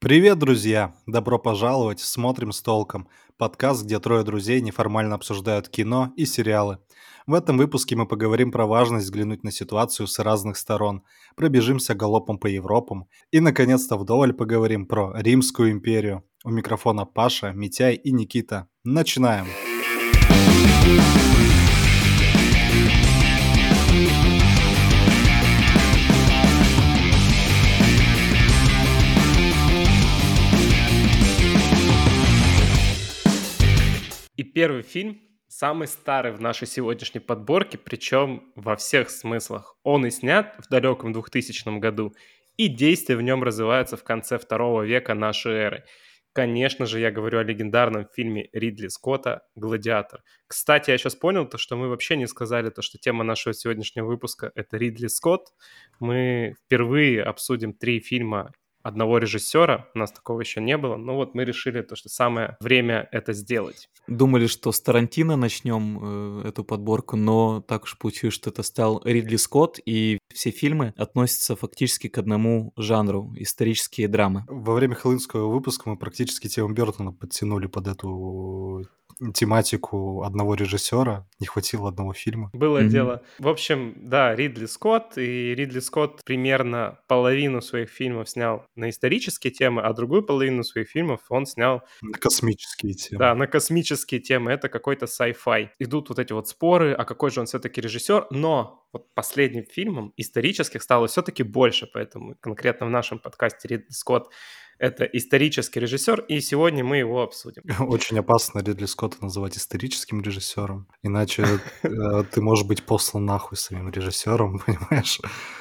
Привет, друзья! Добро пожаловать в «Смотрим с толком» — подкаст, где трое друзей неформально обсуждают кино и сериалы. В этом выпуске мы поговорим про важность взглянуть на ситуацию с разных сторон, пробежимся галопом по Европам и, наконец-то, вдоволь поговорим про Римскую империю. У микрофона Паша, Митяй и Никита. Начинаем! И первый фильм самый старый в нашей сегодняшней подборке, причем во всех смыслах. Он и снят в далеком 2000 году, и действие в нем развивается в конце 2 века нашей эры. Конечно же, я говорю о легендарном фильме Ридли Скотта «Гладиатор». Кстати, я сейчас понял, что мы вообще не сказали, что тема нашего сегодняшнего выпуска — это Ридли Скотт. Мы впервые обсудим 3 фильма одного режиссера, у нас такого еще не было, но вот мы решили, что самое время это сделать. Думали, что с Тарантино начнем эту подборку, но так уж получилось, что это стал Ридли Скотт, и все фильмы относятся фактически к одному жанру — исторические драмы. Во время хэллоуинского выпуска мы практически Тима Бёртона подтянули под эту тематику одного режиссера. Не хватило одного фильма. Было дело. В общем, да, Ридли Скотт. И Ридли Скотт примерно половину своих фильмов снял на исторические темы, а другую половину своих фильмов он снял На космические темы. Да, на космические темы. Это какой-то sci-fi. Идут вот эти вот споры, а какой же он все-таки режиссер. Но вот последним фильмом исторических стало все-таки больше, поэтому конкретно в нашем подкасте Ридли Скотт — это исторический режиссер, и сегодня мы его обсудим. Очень опасно Ридли Скотта называть историческим режиссером, иначе ты можешь быть послан нахуй своим режиссером, понимаешь?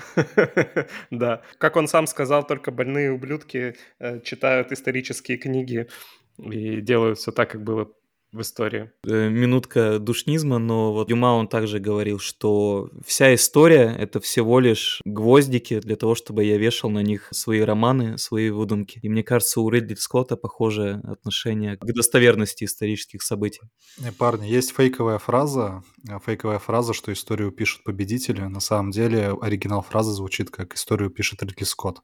Да, как он сам сказал, только больные ублюдки читают исторические книги и делают все так, как было в истории. Минутка душнизма, но вот Дюма, он также говорил, что вся история — это всего лишь гвоздики для того, чтобы я вешал на них свои романы, свои выдумки. И мне кажется, у Ридли Скотта похожее отношение к достоверности исторических событий. Парни, есть фейковая фраза, что историю пишут победители. На самом деле оригинал фразы звучит как «историю пишет Ридли Скотт».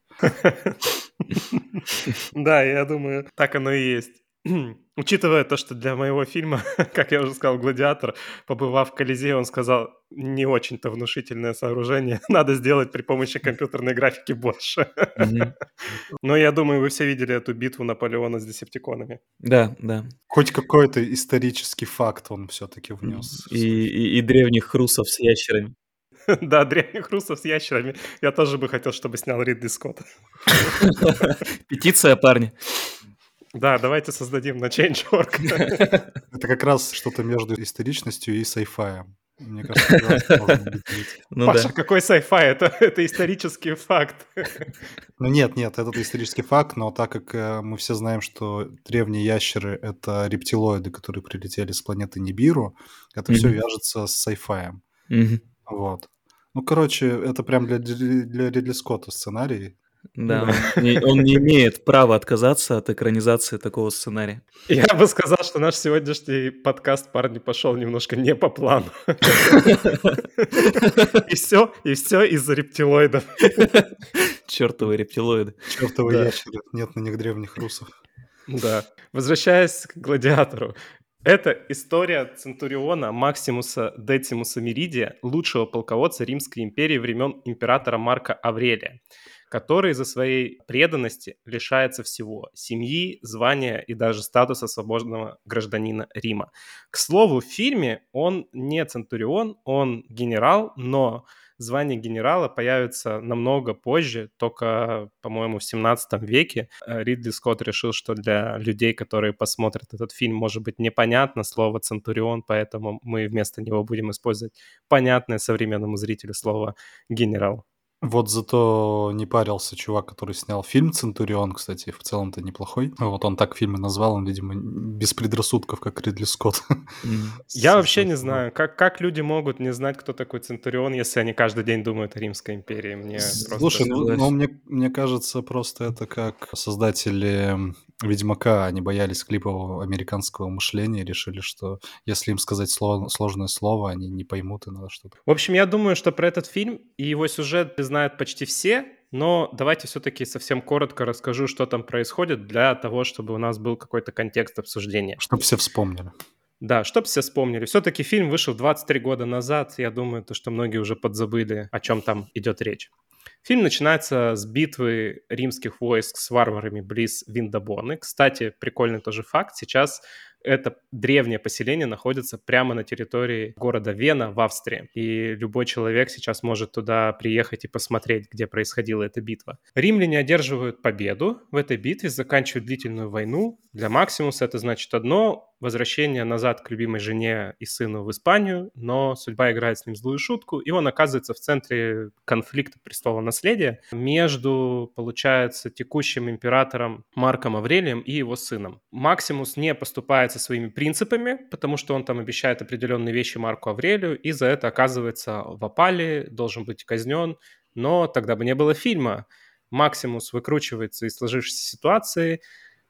Да, я думаю, так оно и есть. Учитывая то, что для моего фильма, как я уже сказал, «Гладиатор», побывав в Колизее, он сказал, не очень-то внушительное сооружение, надо сделать при помощи компьютерной графики больше. Но я думаю, вы все видели эту битву Наполеона с десептиконами. Да, да. Хоть какой-то исторический факт он все-таки внес. И древних русов с ящерами. Да, древних русов с ящерами. Я тоже бы хотел, чтобы снял Ридли Скотт. Петиция, парни. Да, давайте создадим на Change.org. Это как раз что-то между историчностью и sci-fi. Мне кажется, можно объединить. Паша, какой sci-fi? Это исторический факт. Ну нет, этот исторический факт, но так как мы все знаем, что древние ящеры — это рептилоиды, которые прилетели с планеты Нибиру, это все вяжется с sci-fi. Вот. Ну, короче, это прям для Ридли Скотта сценарий. Да, он не имеет права отказаться от экранизации такого сценария. Я бы сказал, что наш сегодняшний подкаст, парни, пошел немножко не по плану. И все из-за рептилоидов. Чёртовы рептилоиды. Чёртовы ящеры, нет на них древних русов. Да. Возвращаясь к «Гладиатору». Это история Центуриона Максимуса Децимуса Меридия, лучшего полководца Римской империи времен императора Марка Аврелия, который из-за своей преданности лишается всего — семьи, звания и даже статуса свободного гражданина Рима. К слову, в фильме он не центурион, он генерал, но звание генерала появится намного позже, только, по-моему, в 17 веке. Ридли Скотт решил, что для людей, которые посмотрят этот фильм, может быть непонятно слово «центурион», поэтому мы вместо него будем использовать понятное современному зрителю слово «генерал». Вот зато не парился чувак, который снял фильм «Центурион», кстати, в целом-то неплохой. Вот он так фильм и назвал, он, видимо, без предрассудков, как Ридли Скотт. Я вообще не знаю, как люди могут не знать, кто такой Центурион, если они каждый день думают о Римской империи. Мне Слушай, ну мне кажется, просто это как создатели Ведьмака, они боялись клипового американского мышления и решили, что если им сказать сложное слово, они не поймут, и надо что-то... В общем, я думаю, что про этот фильм и его сюжет знают почти все, но давайте все-таки совсем коротко расскажу, что там происходит, для того, чтобы у нас был какой-то контекст обсуждения. Чтоб все вспомнили. Да, чтоб все вспомнили. Все-таки фильм вышел 23 года назад. Я думаю, что многие уже подзабыли, о чем там идет речь. Фильм начинается с битвы римских войск с варварами близ Виндабоны. Кстати, прикольный тоже факт. Сейчас это древнее поселение находится прямо на территории города Вена в Австрии. И любой человек сейчас может туда приехать и посмотреть, где происходила эта битва. Римляне одерживают победу в этой битве, заканчивают длительную войну. Для Максимуса это значит одно — возвращение назад к любимой жене и сыну в Испанию, но судьба играет с ним злую шутку, и он оказывается в центре конфликта престола наследия между, получается, текущим императором Марком Аврелием и его сыном. Максимус не поступает со своими принципами, потому что он там обещает определенные вещи Марку Аврелию, и за это оказывается в опале, должен быть казнен, но тогда бы не было фильма. Максимус выкручивается из сложившейся ситуации,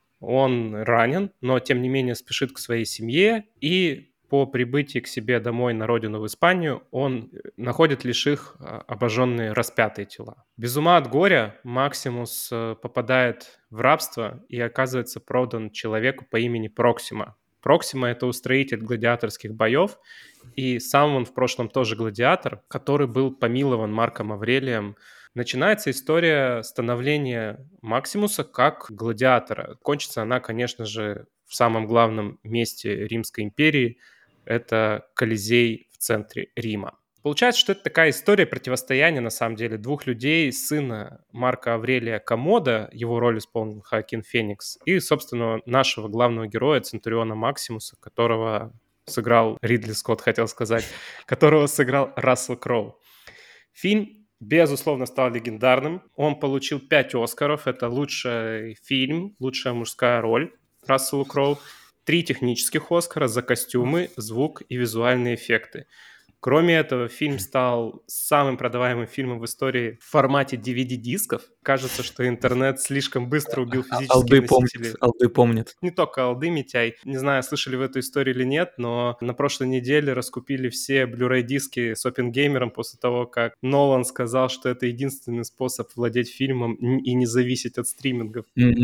он ранен, но тем не менее спешит к своей семье, и по прибытии к себе домой на родину в Испанию он находит лишь их обожженные распятые тела. Без ума от горя Максимус попадает в рабство и оказывается продан человеку по имени Проксима. Проксима — это устроитель гладиаторских боев, и сам он в прошлом тоже гладиатор, который был помилован Марком Аврелием. Начинается история становления Максимуса как гладиатора. Кончится она, конечно же, в самом главном месте Римской империи. Это Колизей в центре Рима. Получается, что это такая история противостояния, на самом деле, двух людей: сына Марка Аврелия Коммода, его роль исполнил Хоакин Феникс, и, собственно, нашего главного героя, Центуриона Максимуса, которого сыграл Ридли Скотт, хотел сказать, которого сыграл Рассел Кроу. Фильм, безусловно, стал легендарным. Он получил 5 Оскаров. Это лучший фильм, лучшая мужская роль Расселу Кроу. 3 технических Оскара за костюмы, звук и визуальные эффекты. Кроме этого, фильм стал самым продаваемым фильмом в истории в формате DVD-дисков. Кажется, что интернет слишком быстро убил физические носители. Алды помнят. Не только алды, Митяй. Не знаю, слышали вы эту историю или нет, но на прошлой неделе раскупили все Blu-ray диски с Оппенгеймером после того, как Нолан сказал, что это единственный способ владеть фильмом и не зависеть от стримингов.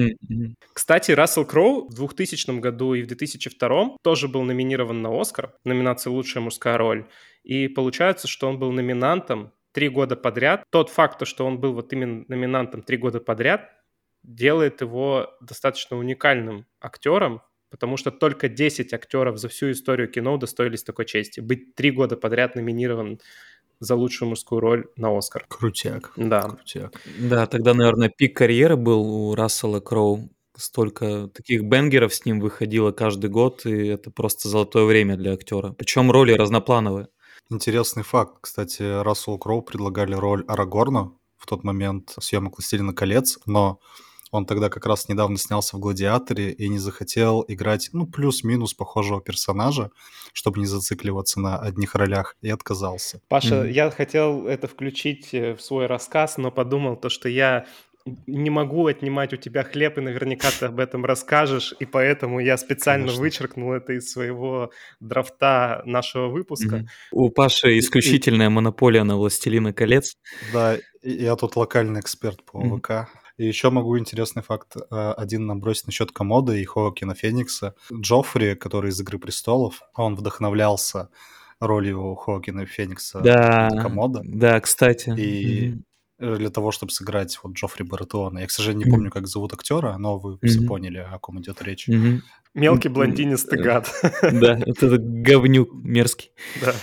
Кстати, Рассел Кроу в 2000 году и в 2002 тоже был номинирован на Оскар, номинация «Лучшая мужская роль». И получается, что он был номинантом 3 года подряд. Тот факт, что он был вот именно номинантом 3 года подряд, делает его достаточно уникальным актером, потому что только 10 актеров за всю историю кино удостоились такой чести. Быть 3 года подряд номинирован за лучшую мужскую роль на Оскар. Крутяк. Да. Крутяк. Да, тогда, наверное, пик карьеры был у Рассела Кроу. Столько таких бенгеров с ним выходило каждый год, и это просто золотое время для актера. Причем роли разноплановые. Интересный факт. Кстати, Расселу Кроу предлагали роль Арагорна в тот момент съемок «Властелина колец», но он тогда как раз недавно снялся в «Гладиаторе» и не захотел играть, плюс-минус похожего персонажа, чтобы не зацикливаться на одних ролях, и отказался. Паша, я хотел это включить в свой рассказ, но подумал, что я не могу отнимать у тебя хлеб, и наверняка ты об этом расскажешь, и поэтому я специально вычеркнул это из своего драфта нашего выпуска. У Паши исключительная монополия на «Властелина колец». Да, я тут локальный эксперт по ВК. И еще могу интересный факт один набросить насчет Коммода и Хоакина Феникса. Джоффри, который из «Игры престолов», он вдохновлялся ролью Хоакина Феникса Коммода. Да, кстати. И для того, чтобы сыграть вот Джоффри Баратеона. Я, к сожалению, не помню, как зовут актера, но вы все поняли, о ком идет речь. Мелкий блондинистый гад. Да, это говнюк мерзкий. Да.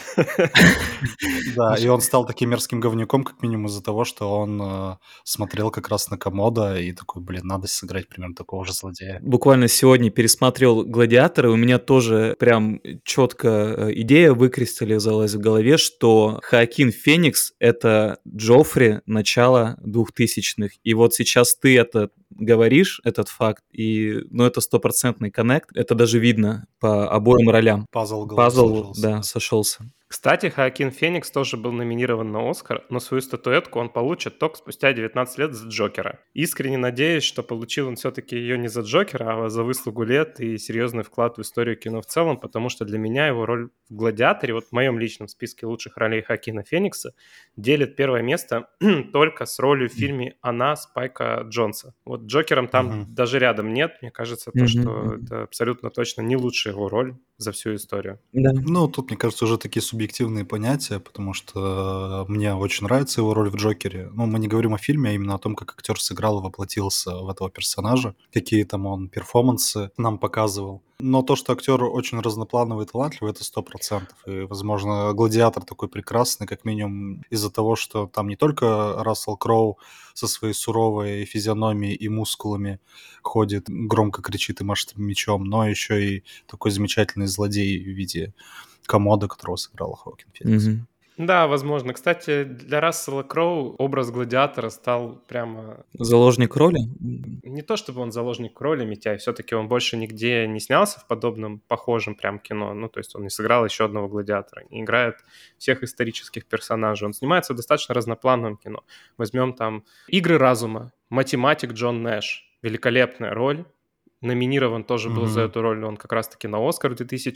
Да, и он стал таким мерзким говнюком, как минимум из-за того, что он смотрел как раз на Коммода и такой, надо сыграть примерно такого же злодея. Буквально сегодня пересмотрел «Гладиатора», и у меня тоже прям четко идея выкристаллизовалась в голове, что Хоакин Феникс — это Джоффри начала 2000-х. И вот сейчас ты это говоришь, этот факт, и это 100% коннект. Это даже видно по обоим ролям. Пазл да, сошелся. Кстати, Хоакин Феникс тоже был номинирован на Оскар, но свою статуэтку он получит только спустя 19 лет за Джокера. Искренне надеюсь, что получил он все-таки ее не за Джокера, а за выслугу лет и серьезный вклад в историю кино в целом, потому что для меня его роль в «Гладиаторе», вот в моем личном списке лучших ролей Хоакина Феникса, делит первое место только с ролью в фильме «Она» Спайка Джонса. Вот Джокером там даже рядом нет. Мне кажется, то, что это абсолютно точно не лучшая его роль за всю историю. Да. Ну, тут, мне кажется, уже такие субъективные понятия, потому что мне очень нравится его роль в Джокере. Ну, мы не говорим о фильме, а именно о том, как актер сыграл и воплотился в этого персонажа, какие там он перформансы нам показывал. Но то, что актер очень разноплановый и талантливый, это 100%. И, возможно, «Гладиатор» такой прекрасный, как минимум из-за того, что там не только Рассел Кроу со своей суровой физиономией и мускулами ходит, громко кричит и машет мечом, но еще и такой замечательный злодей в виде Комода, которого сыграл Хоакин Феникс. Да, возможно. Кстати, для Рассела Кроу образ гладиатора стал прямо... Заложник роли? Не то чтобы он заложник роли, Митяй, все-таки он больше нигде не снялся в подобном похожем прям кино. Ну, то есть он не сыграл еще одного гладиатора, не играет всех исторических персонажей. Он снимается в достаточно разноплановом кино. Возьмем там «Игры разума», математик Джон Нэш. Великолепная роль. Номинирован тоже был за эту роль он как раз-таки на Оскар в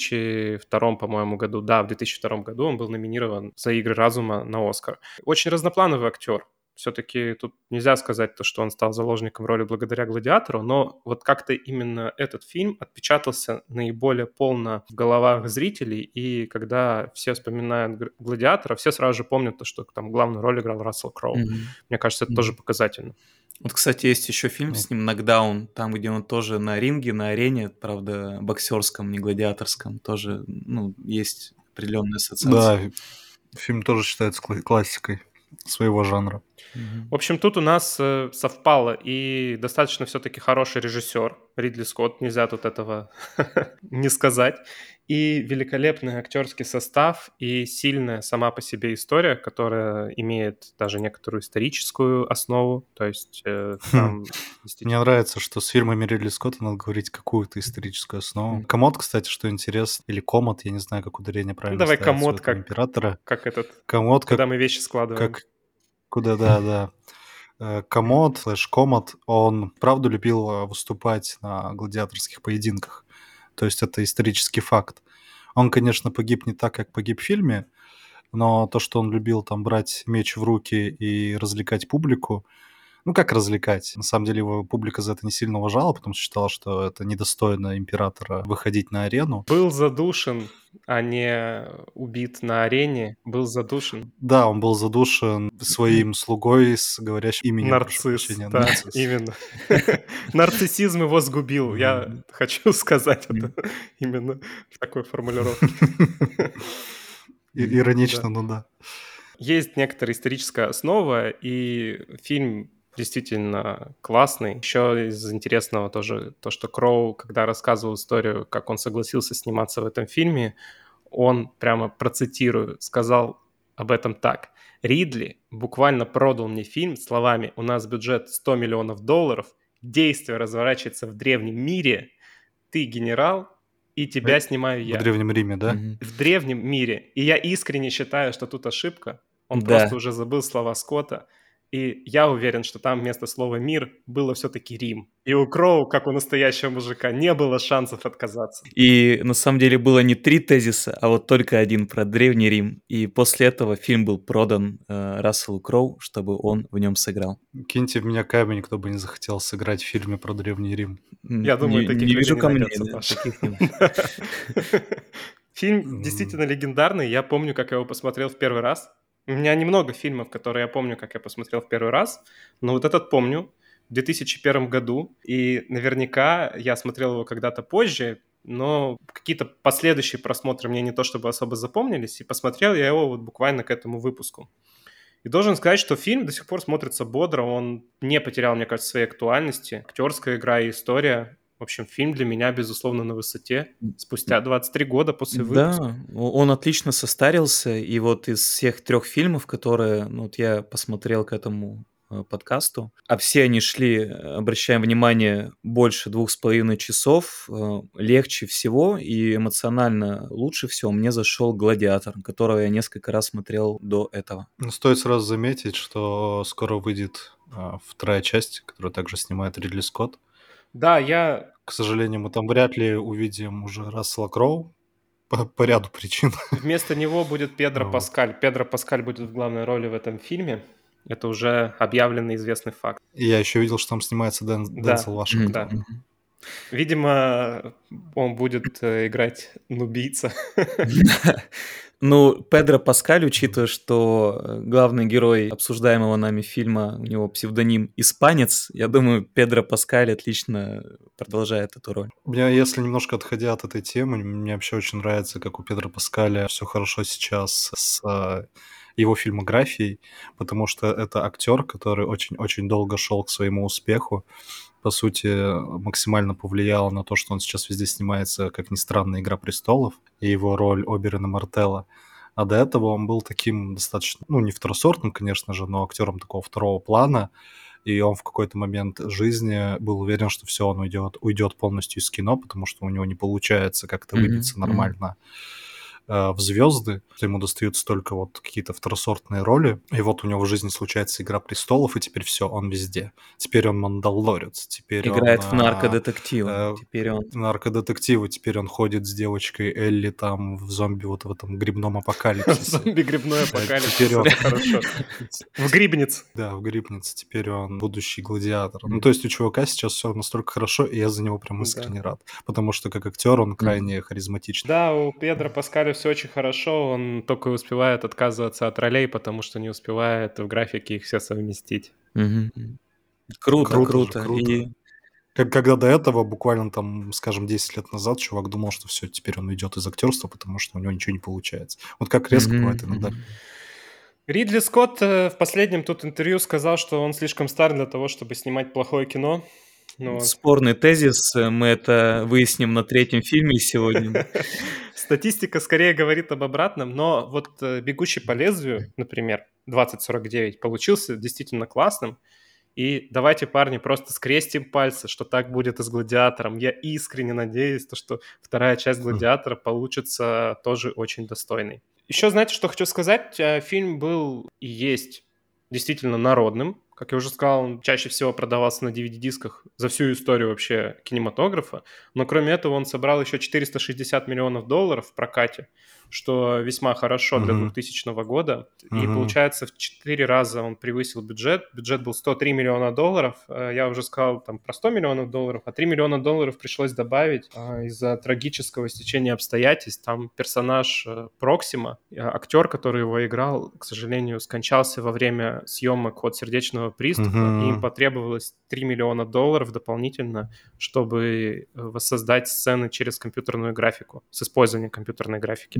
2002, по-моему, году. Да, в 2002 году он был номинирован за «Игры разума» на Оскар. Очень разноплановый актер. Все-таки тут нельзя сказать то, что он стал заложником роли благодаря «Гладиатору», но вот как-то именно этот фильм отпечатался наиболее полно в головах зрителей, и когда все вспоминают «Гладиатора», все сразу же помнят то, что там главную роль играл Рассел Кроу. Мне кажется, это тоже показательно. Вот, кстати, есть еще фильм с ним «Нокдаун», там, где он тоже на ринге, на арене, правда, боксерском, не гладиаторском, тоже, ну, есть определенная ассоциация. Да, фильм тоже считается классикой своего жанра. В общем, тут у нас совпало и достаточно все-таки хороший режиссер Ридли Скотт, нельзя тут этого не сказать, и великолепный актерский состав, и сильная сама по себе история, которая имеет даже некоторую историческую основу, то есть там Мне нравится, что с фильмами Ридли Скотта надо говорить какую-то историческую основу. Комод, кстати, что интересно, или Комод, я не знаю, как ударение правильно давай ставится Комод, у этого императора. как этот, Комод, когда мы вещи складываем. Куда, да. Комод, Комод, он правда любил выступать на гладиаторских поединках. То есть это исторический факт. Он, конечно, погиб не так, как погиб в фильме, но то, что он любил там брать меч в руки и развлекать публику, ну как развлекать? На самом деле его публика за это не сильно уважала, потому что считала, что это недостойно императора выходить на арену. Был задушен, а не убит на арене, был задушен. Да, он был задушен своим слугой с говорящим именем. Нарцисс, да, именно. Нарциссизм его сгубил, я хочу сказать это именно в такой формулировке. Иронично, но да. Есть некоторая историческая основа, и фильм действительно классный. Еще из интересного тоже то, что Кроу, когда рассказывал историю, как он согласился сниматься в этом фильме, он прямо процитирую, сказал об этом так. Ридли буквально продал мне фильм словами «У нас бюджет $100 миллионов, действие разворачивается в древнем мире, ты генерал, и тебя снимаю я». В Древнем Риме, да? В древнем мире. И я искренне считаю, что тут ошибка. Он просто уже забыл слова Скотта. И я уверен, что там вместо слова «мир» было все-таки «Рим». И у Кроу, как у настоящего мужика, не было шансов отказаться. И на самом деле было не 3 тезиса, а вот только один про Древний Рим. И после этого фильм был продан Расселу Кроу, чтобы он в нем сыграл. Киньте в меня камень, кто бы не захотел сыграть в фильме про Древний Рим. Я думаю, таких людей вижу не камней, найдется, Паша. Фильм действительно легендарный. Я помню, как я его посмотрел в первый раз. У меня немного фильмов, которые я помню, как я посмотрел в первый раз, но вот этот помню в 2001 году, и наверняка я смотрел его когда-то позже, но какие-то последующие просмотры мне не то чтобы особо запомнились, и посмотрел я его вот буквально к этому выпуску. И должен сказать, что фильм до сих пор смотрится бодро, он не потерял, мне кажется, своей актуальности. Актерская игра и история. В общем, фильм для меня, безусловно, на высоте. Спустя 23 года после выпуска. Да, он отлично состарился, и вот из всех 3 фильмов, которые вот я посмотрел к этому подкасту. А все они шли, обращаем внимание, больше 2,5 часов. Легче всего и эмоционально лучше всего мне зашел «Гладиатор», которого я несколько раз смотрел до этого. Стоит сразу заметить, что скоро выйдет вторая часть, которую также снимает Ридли Скотт. Да, я... К сожалению, мы там вряд ли увидим уже Рассела Кроу по ряду причин. Вместо него будет Педро Вот. Паскаль. Педро Паскаль будет в главной роли в этом фильме. Это уже объявленный известный факт. И я еще видел, что там снимается Дензел Вашингтон. Да. Видимо, он будет играть нубийца. Ну, Педро Паскаль, учитывая, что главный герой обсуждаемого нами фильма, у него псевдоним «Испанец», я думаю, Педро Паскаль отлично продолжает эту роль. Меня, если немножко отходя от этой темы, мне вообще очень нравится, как у Педро Паскаля все хорошо сейчас с его фильмографией, потому что это актер, который очень-очень долго шел к своему успеху. По сути, максимально повлияло на то, что он сейчас везде снимается, как ни странно, «Игра престолов» и его роль Оберона Мартелла. А до этого он был таким достаточно, не второсортным, конечно же, но актером такого второго плана. И он в какой-то момент жизни был уверен, что все, он уйдет полностью из кино, потому что у него не получается как-то выбиться нормально в звезды, что ему достаются только вот какие-то второсортные роли. И вот у него в жизни случается «Игра престолов», и теперь все, он везде. Теперь он мандалорец, теперь Играет в он наркодетектива. Теперь он... наркодетективы, теперь он ходит с девочкой Элли там в зомби вот в этом грибном апокалипсисе. Зомби-грибной апокалипсис. Теперь он... Хорошо. В Грибниц. Да, в Грибнице. Теперь он будущий гладиатор. Ну, то есть у чувака сейчас все настолько хорошо, и я за него прям искренне рад. Потому что как актер он крайне харизматичный. Да, у Педро Паскаля все очень хорошо, он только успевает отказываться от ролей, потому что не успевает в графике их все совместить. Круто. И... Когда до этого, буквально там, скажем, 10 лет назад, чувак думал, что все, теперь он уйдет из актерства, потому что у него ничего не получается. Вот как резко бывает иногда. Ридли Скотт в последнем тут интервью сказал, что он слишком стар для того, чтобы снимать плохое кино. Спорный тезис, мы это выясним на третьем фильме сегодня. Статистика скорее говорит об обратном, но вот «Бегущий по лезвию», например, 2049, получился действительно классным. И давайте, парни, просто скрестим пальцы, что так будет и с «Гладиатором». Я искренне надеюсь, что вторая часть «Гладиатора» получится тоже очень достойной. Еще знаете, что хочу сказать? Фильм был и есть действительно народным. Как я уже сказал, он чаще всего продавался на DVD-дисках за всю историю вообще кинематографа. Но кроме этого он собрал еще $460 миллионов в прокате, что весьма хорошо для 2000 года. И получается, в 4 раза он превысил бюджет. Бюджет был $103 миллиона. Я уже сказал там про $100 миллионов, а $3 миллиона пришлось добавить из-за трагического стечения обстоятельств. Там персонаж Проксима, актер, который его играл, к сожалению, скончался во время съемок от сердечного приступа, и им потребовалось $3 миллиона дополнительно, чтобы воссоздать сцены через компьютерную графику, с использованием компьютерной графики.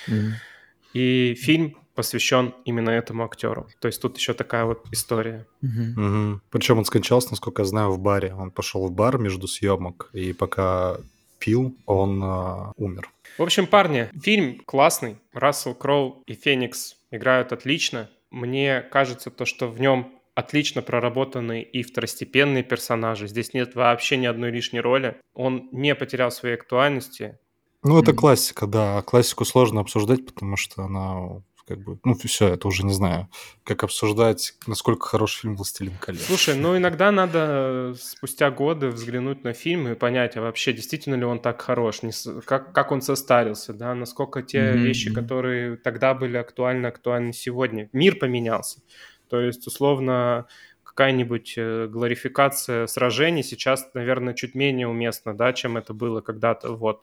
И фильм посвящен именно этому актеру. То есть тут еще такая вот история. Причем он скончался, насколько я знаю, в баре. Он пошел в бар между съемок, и пока пил, он умер. В общем, парни, фильм классный. Рассел Кроу и Феникс играют отлично. Мне кажется, то, что в нем отлично проработаны и второстепенные персонажи. Здесь нет вообще ни одной лишней роли. Он не потерял своей актуальности. Ну, это классика, да. Классику сложно обсуждать, потому что она все, это уже не знаю, как обсуждать, насколько хороший фильм «Властелин колец». Слушай, иногда надо спустя годы взглянуть на фильм и понять, а вообще действительно ли он так хорош, как он состарился, да, насколько те вещи, которые тогда были актуальны сегодня. Мир поменялся. То есть, условно, какая-нибудь глорификация сражений сейчас, наверное, чуть менее уместна, да, чем это было когда-то, вот.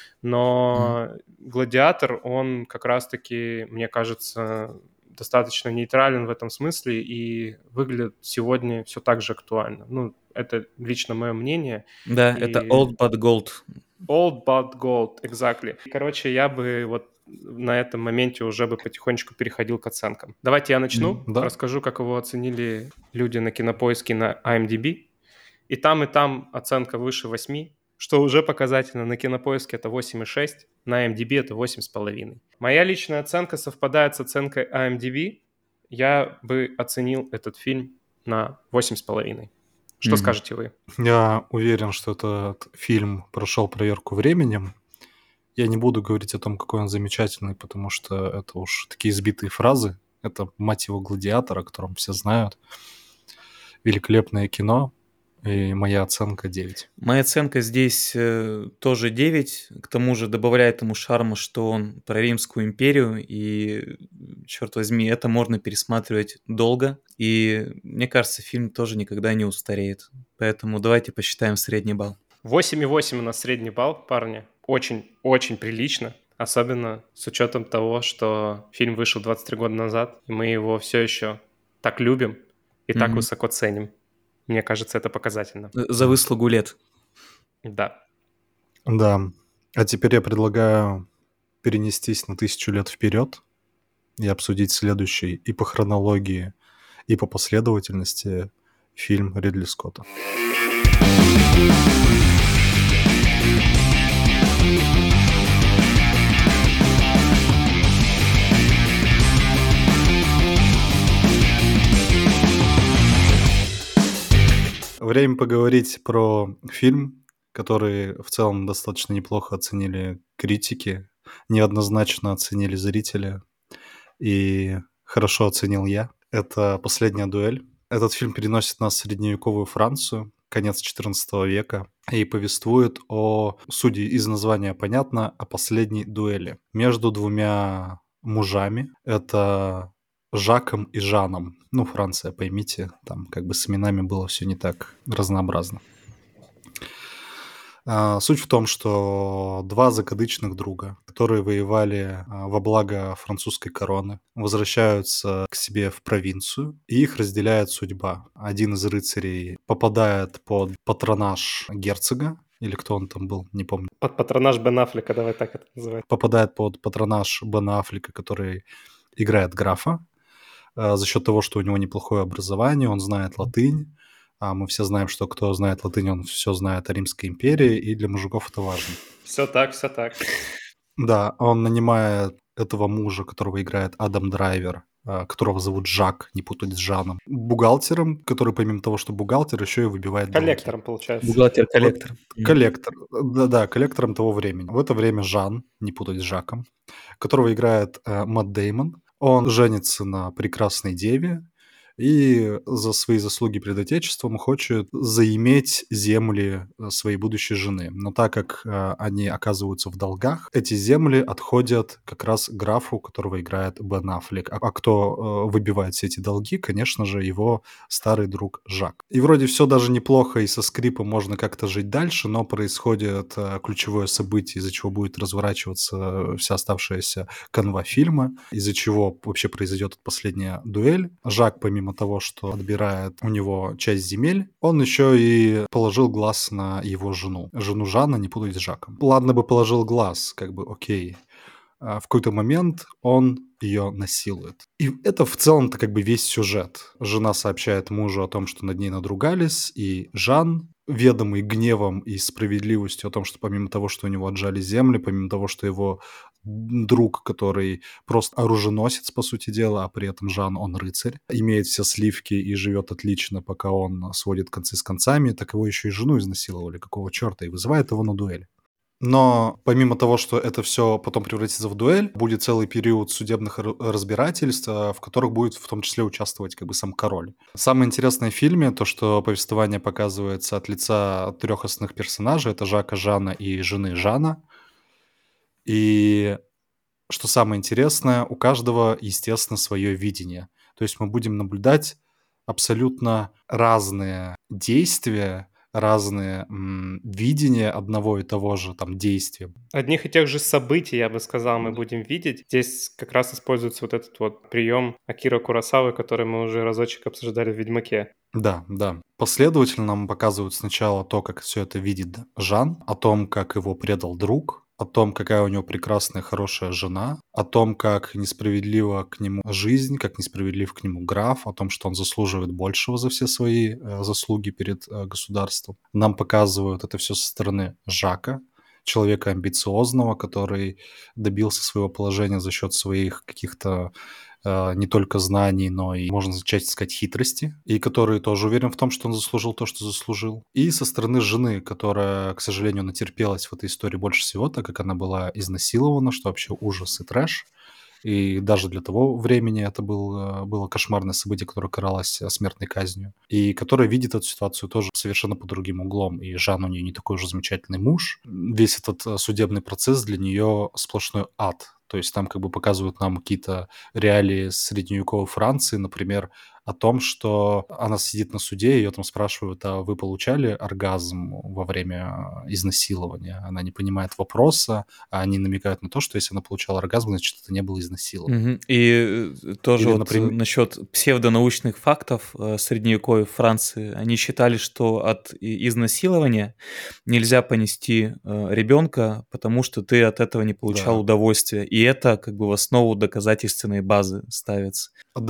Но «Гладиатор», он как раз-таки, мне кажется, достаточно нейтрален в этом смысле и выглядит сегодня все так же актуально. Ну, это лично мое мнение. Да, это old but gold. Old but gold, exactly. Короче, я бы вот на этом моменте уже бы потихонечку переходил к оценкам. Давайте я начну, расскажу, как его оценили люди на Кинопоиске, на IMDb. И там оценка выше 8, что уже показательно. На Кинопоиске это 8,6, на IMDb это 8,5. Моя личная оценка совпадает с оценкой IMDb. Я бы оценил этот фильм на 8,5. Что скажете вы? Я уверен, что этот фильм прошел проверку временем. Я не буду говорить о том, какой он замечательный, потому что это уж такие избитые фразы. Это, мать его, «Гладиатор», о котором все знают. Великолепное кино. И моя оценка 9. Моя оценка здесь тоже 9. К тому же добавляет ему шарма, что он про Римскую империю. И, черт возьми, это можно пересматривать долго. И мне кажется, фильм тоже никогда не устареет. Поэтому давайте посчитаем средний балл. 8,8 у нас средний балл, парни. Очень прилично. Особенно с учетом того, что фильм вышел 23 года назад, и мы его все еще так любим и так высоко ценим. Мне кажется, это показательно. За выслугу лет. Да. Да. А теперь я предлагаю перенестись на 1000 лет вперед и обсудить следующий и по хронологии, и по последовательности фильм Ридли Скотта. Время поговорить про фильм, который в целом достаточно неплохо оценили критики, неоднозначно оценили зрители, и хорошо оценил я. Это «Последняя дуэль». Этот фильм переносит нас в средневековую Францию, конец XIV века, и повествует о, судя из названия понятно, о последней дуэли между двумя мужами. Это Жаком и Жаном. Ну, Франция, поймите, там как бы с именами было все не так разнообразно. Суть в том, что два закадычных друга, которые воевали во благо французской короны, возвращаются к себе в провинцию, и их разделяет судьба. Один из рыцарей попадает под патронаж герцога, или кто он там был, не помню. Под патронаж Бен Аффлека, давай так это называть. Попадает под патронаж Бена Аффлека, который играет графа, за счет того, что у него неплохое образование, он знает латынь. А мы все знаем, что кто знает латынь, он все знает о Римской империи, и для мужиков это важно. Все так. Да, он нанимает этого мужа, которого играет Адам Драйвер, которого зовут Жак, не путать с Жаном, бухгалтером, который помимо того, что бухгалтер, еще и выбивает долги. Коллектором, получается. Бухгалтер-коллектор. Коллектор, да, коллектором того времени. В это время Жан, не путать с Жаком, которого играет Мэтт Дэймон, он женится на прекрасной деве и за свои заслуги перед Отечеством хочет заиметь земли своей будущей жены. Но так как они оказываются в долгах, эти земли отходят как раз графу, которого играет Бен Аффлек. А кто выбивает все эти долги? Конечно же, его старый друг Жак. И вроде все даже неплохо, и со скрипом можно как-то жить дальше, но происходит ключевое событие, из-за чего будет разворачиваться вся оставшаяся канва фильма, из-за чего вообще произойдет последняя дуэль. Жак, помимо того, что отбирает у него часть земель, он еще и положил глаз на его жену. Жену Жана, не путать с Жаком. Ладно бы положил глаз, как бы окей. В какой-то момент он ее насилует. И это в целом-то как бы весь сюжет. Жена сообщает мужу о том, что над ней надругались, и Жан, ведомый гневом и справедливостью о том, что помимо того, что у него отжали земли, помимо того, что его друг, который просто оруженосец, по сути дела, а при этом Жан, он рыцарь, имеет все сливки и живет отлично, пока он сводит концы с концами, так его еще и жену изнасиловали, какого черта, и вызывает его на дуэль. Но помимо того, что это все потом превратится в дуэль, будет целый период судебных разбирательств, в которых будет в том числе участвовать как бы сам король. Самое интересное в фильме то, что повествование показывается от лица трех основных персонажей. Это Жака, Жана и жены Жана. И что самое интересное, у каждого, естественно, свое видение. То есть мы будем наблюдать абсолютно разные действия, разные видения одного и того же там действия. Одних и тех же событий, я бы сказал, мы будем видеть. Здесь как раз используется вот этот вот прием Акиро Куросавы, который мы уже разочек обсуждали в «Ведьмаке». Да. Последовательно нам показывают сначала то, как все это видит Жан, о том, как его предал друг, о том, какая у него прекрасная, хорошая жена, о том, как несправедлива к нему жизнь, как несправедлив к нему граф, о том, что он заслуживает большего за все свои заслуги перед государством. Нам показывают это все со стороны Жака, человека амбициозного, который добился своего положения за счет своих каких-то не только знаний, но и, можно начать сказать, хитрости, и который тоже уверен в том, что он заслужил то, что заслужил. И со стороны жены, которая, к сожалению, натерпелась в этой истории больше всего, так как она была изнасилована, что вообще ужас и трэш. И даже для того времени это было кошмарное событие, которое каралось смертной казнью. И которая видит эту ситуацию тоже совершенно под другим углом. И Жан у нее не такой уже замечательный муж. Весь этот судебный процесс для нее сплошной ад. То есть там как бы показывают нам какие-то реалии средневековой Франции, например, о том, что она сидит на суде, ее там спрашивают, а вы получали оргазм во время изнасилования? Она не понимает вопроса, а они намекают на то, что если она получала оргазм, значит, это не было изнасилование. Мгм. И тоже Или, вот например, насчет псевдонаучных фактов средневековой Франции. Они считали, что от изнасилования нельзя понести ребенка, потому что ты от этого не получал да, удовольствия. И это как бы в основу доказательственной базы ставится.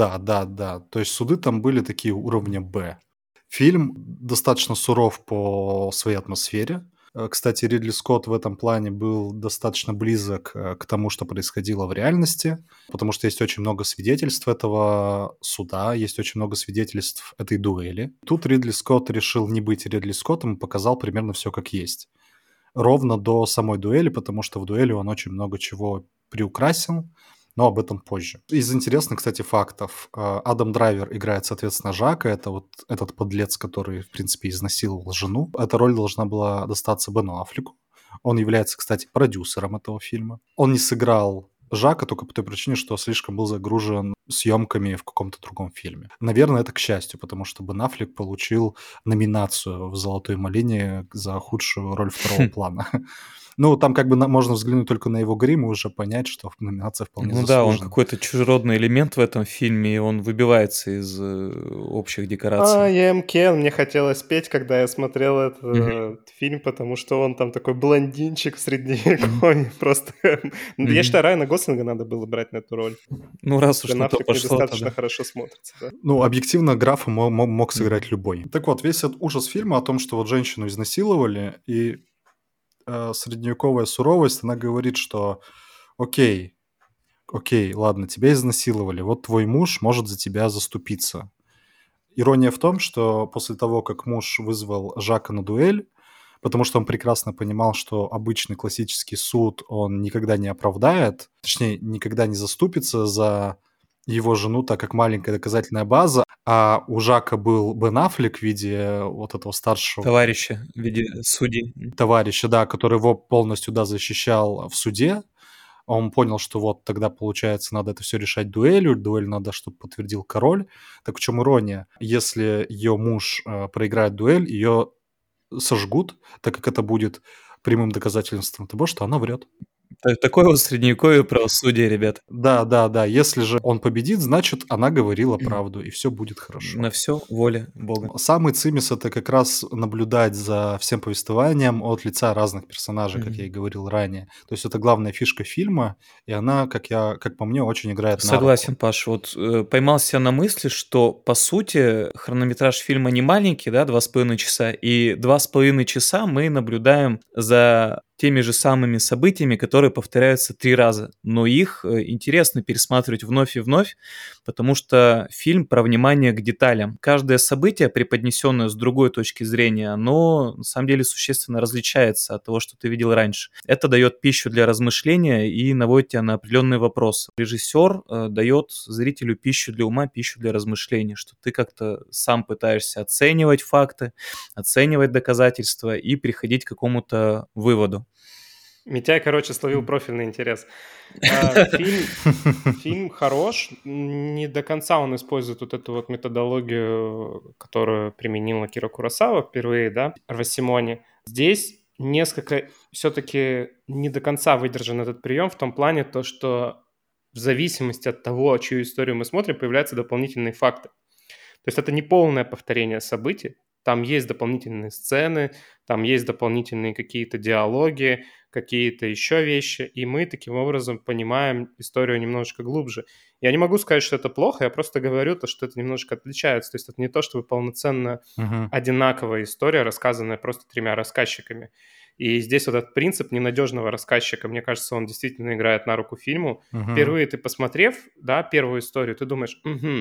да. То есть суды там были такие уровня «Б». Фильм достаточно суров по своей атмосфере. Кстати, Ридли Скотт в этом плане был достаточно близок к тому, что происходило в реальности, потому что есть очень много свидетельств этого суда, есть очень много свидетельств этой дуэли. Тут Ридли Скотт решил не быть Ридли Скоттом и показал примерно все как есть. Ровно до самой дуэли, потому что в дуэли он очень много чего приукрасил, но об этом позже. Из интересных, кстати, фактов. Адам Драйвер играет, соответственно, Жака. Это вот этот подлец, который, в принципе, изнасиловал жену. Эта роль должна была достаться Бену Аффлеку. Он является, кстати, продюсером этого фильма. Он не сыграл Жака только по той причине, что слишком был загружен съемками в каком-то другом фильме. Наверное, это к счастью, потому что Бен Аффлек получил номинацию в «Золотой малине» за худшую роль второго плана. Ну, там как бы можно взглянуть только на его грим и уже понять, что номинация вполне Ну да, он заслужена. какой-то чужеродный элемент в этом фильме, и он выбивается из общих декораций. I am Ken. Мне хотелось петь, когда я смотрел Мгм. этот фильм, потому что он там такой блондинчик в Мгм. средневековье. Просто... Я Мгм. считаю, Райана Гослинга надо было брать на эту роль. Ну, раз уж Бен на то Аффлек пошло, то недостаточно да. хорошо смотрится, да. Ну, объективно, графа мог сыграть Мгм. любой. Так вот, весь этот ужас фильма о том, что вот женщину изнасиловали, и средневековая суровость, она говорит, что окей, окей, ладно, тебя изнасиловали, вот твой муж может за тебя заступиться. Ирония в том, что после того, как муж вызвал Жака на дуэль, потому что он прекрасно понимал, что обычный классический суд он никогда не оправдает, точнее, никогда не заступится за его жену, так как маленькая доказательная база, а у Жака был Бен Аффлек в виде вот этого старшего Товарища в виде судей. товарища, да, который его полностью, да, защищал в суде. Он понял, что вот тогда, получается, надо это все решать дуэлью, дуэль надо, чтобы подтвердил король. Так в чем ирония? Если ее муж проиграет дуэль, ее сожгут, так как это будет прямым доказательством того, что она врет. Такое вот средневековье правосудие, ребят. Да. Если же он победит, значит, она говорила правду, и все будет хорошо. На все воля Бога. Самый цимис — это как раз наблюдать за всем повествованием от лица разных персонажей, как я и Мгм. говорил ранее. То есть это главная фишка фильма, и она, как по мне, очень играет на руку. Согласен, Паш. Вот поймал себя на мысли, что по сути хронометраж фильма не маленький, да, 2,5 часа, и 2,5 часа мы наблюдаем за теми же самыми событиями, которые повторяются 3 раза. Но их интересно пересматривать вновь и вновь, потому что фильм про внимание к деталям. Каждое событие, преподнесенное с другой точки зрения, оно на самом деле существенно различается от того, что ты видел раньше. Это дает пищу для размышления и наводит тебя на определенные вопросы. Режиссер дает зрителю пищу для ума, пищу для размышления, что ты как-то сам пытаешься оценивать факты, оценивать доказательства и приходить к какому-то выводу. Митяй, короче, словил профильный интерес. Фильм хорош, не до конца он использует вот эту вот методологию, которую применила Киро Куросава впервые, да, в «Симоне». Здесь несколько все-таки не до конца выдержан этот прием в том плане, то, что в зависимости от того, чью историю мы смотрим, появляются дополнительные факты. То есть это не полное повторение событий, там есть дополнительные сцены, там есть дополнительные какие-то диалоги, какие-то еще вещи, и мы таким образом понимаем историю немножечко глубже. Я не могу сказать, что это плохо, я просто говорю то, что это немножко отличается. То есть это не то, чтобы полноценно Мгм. одинаковая история, рассказанная просто тремя рассказчиками. И здесь вот этот принцип ненадежного рассказчика, мне кажется, он действительно играет на руку фильму. Мгм. Впервые ты посмотрев, да, первую историю, ты думаешь,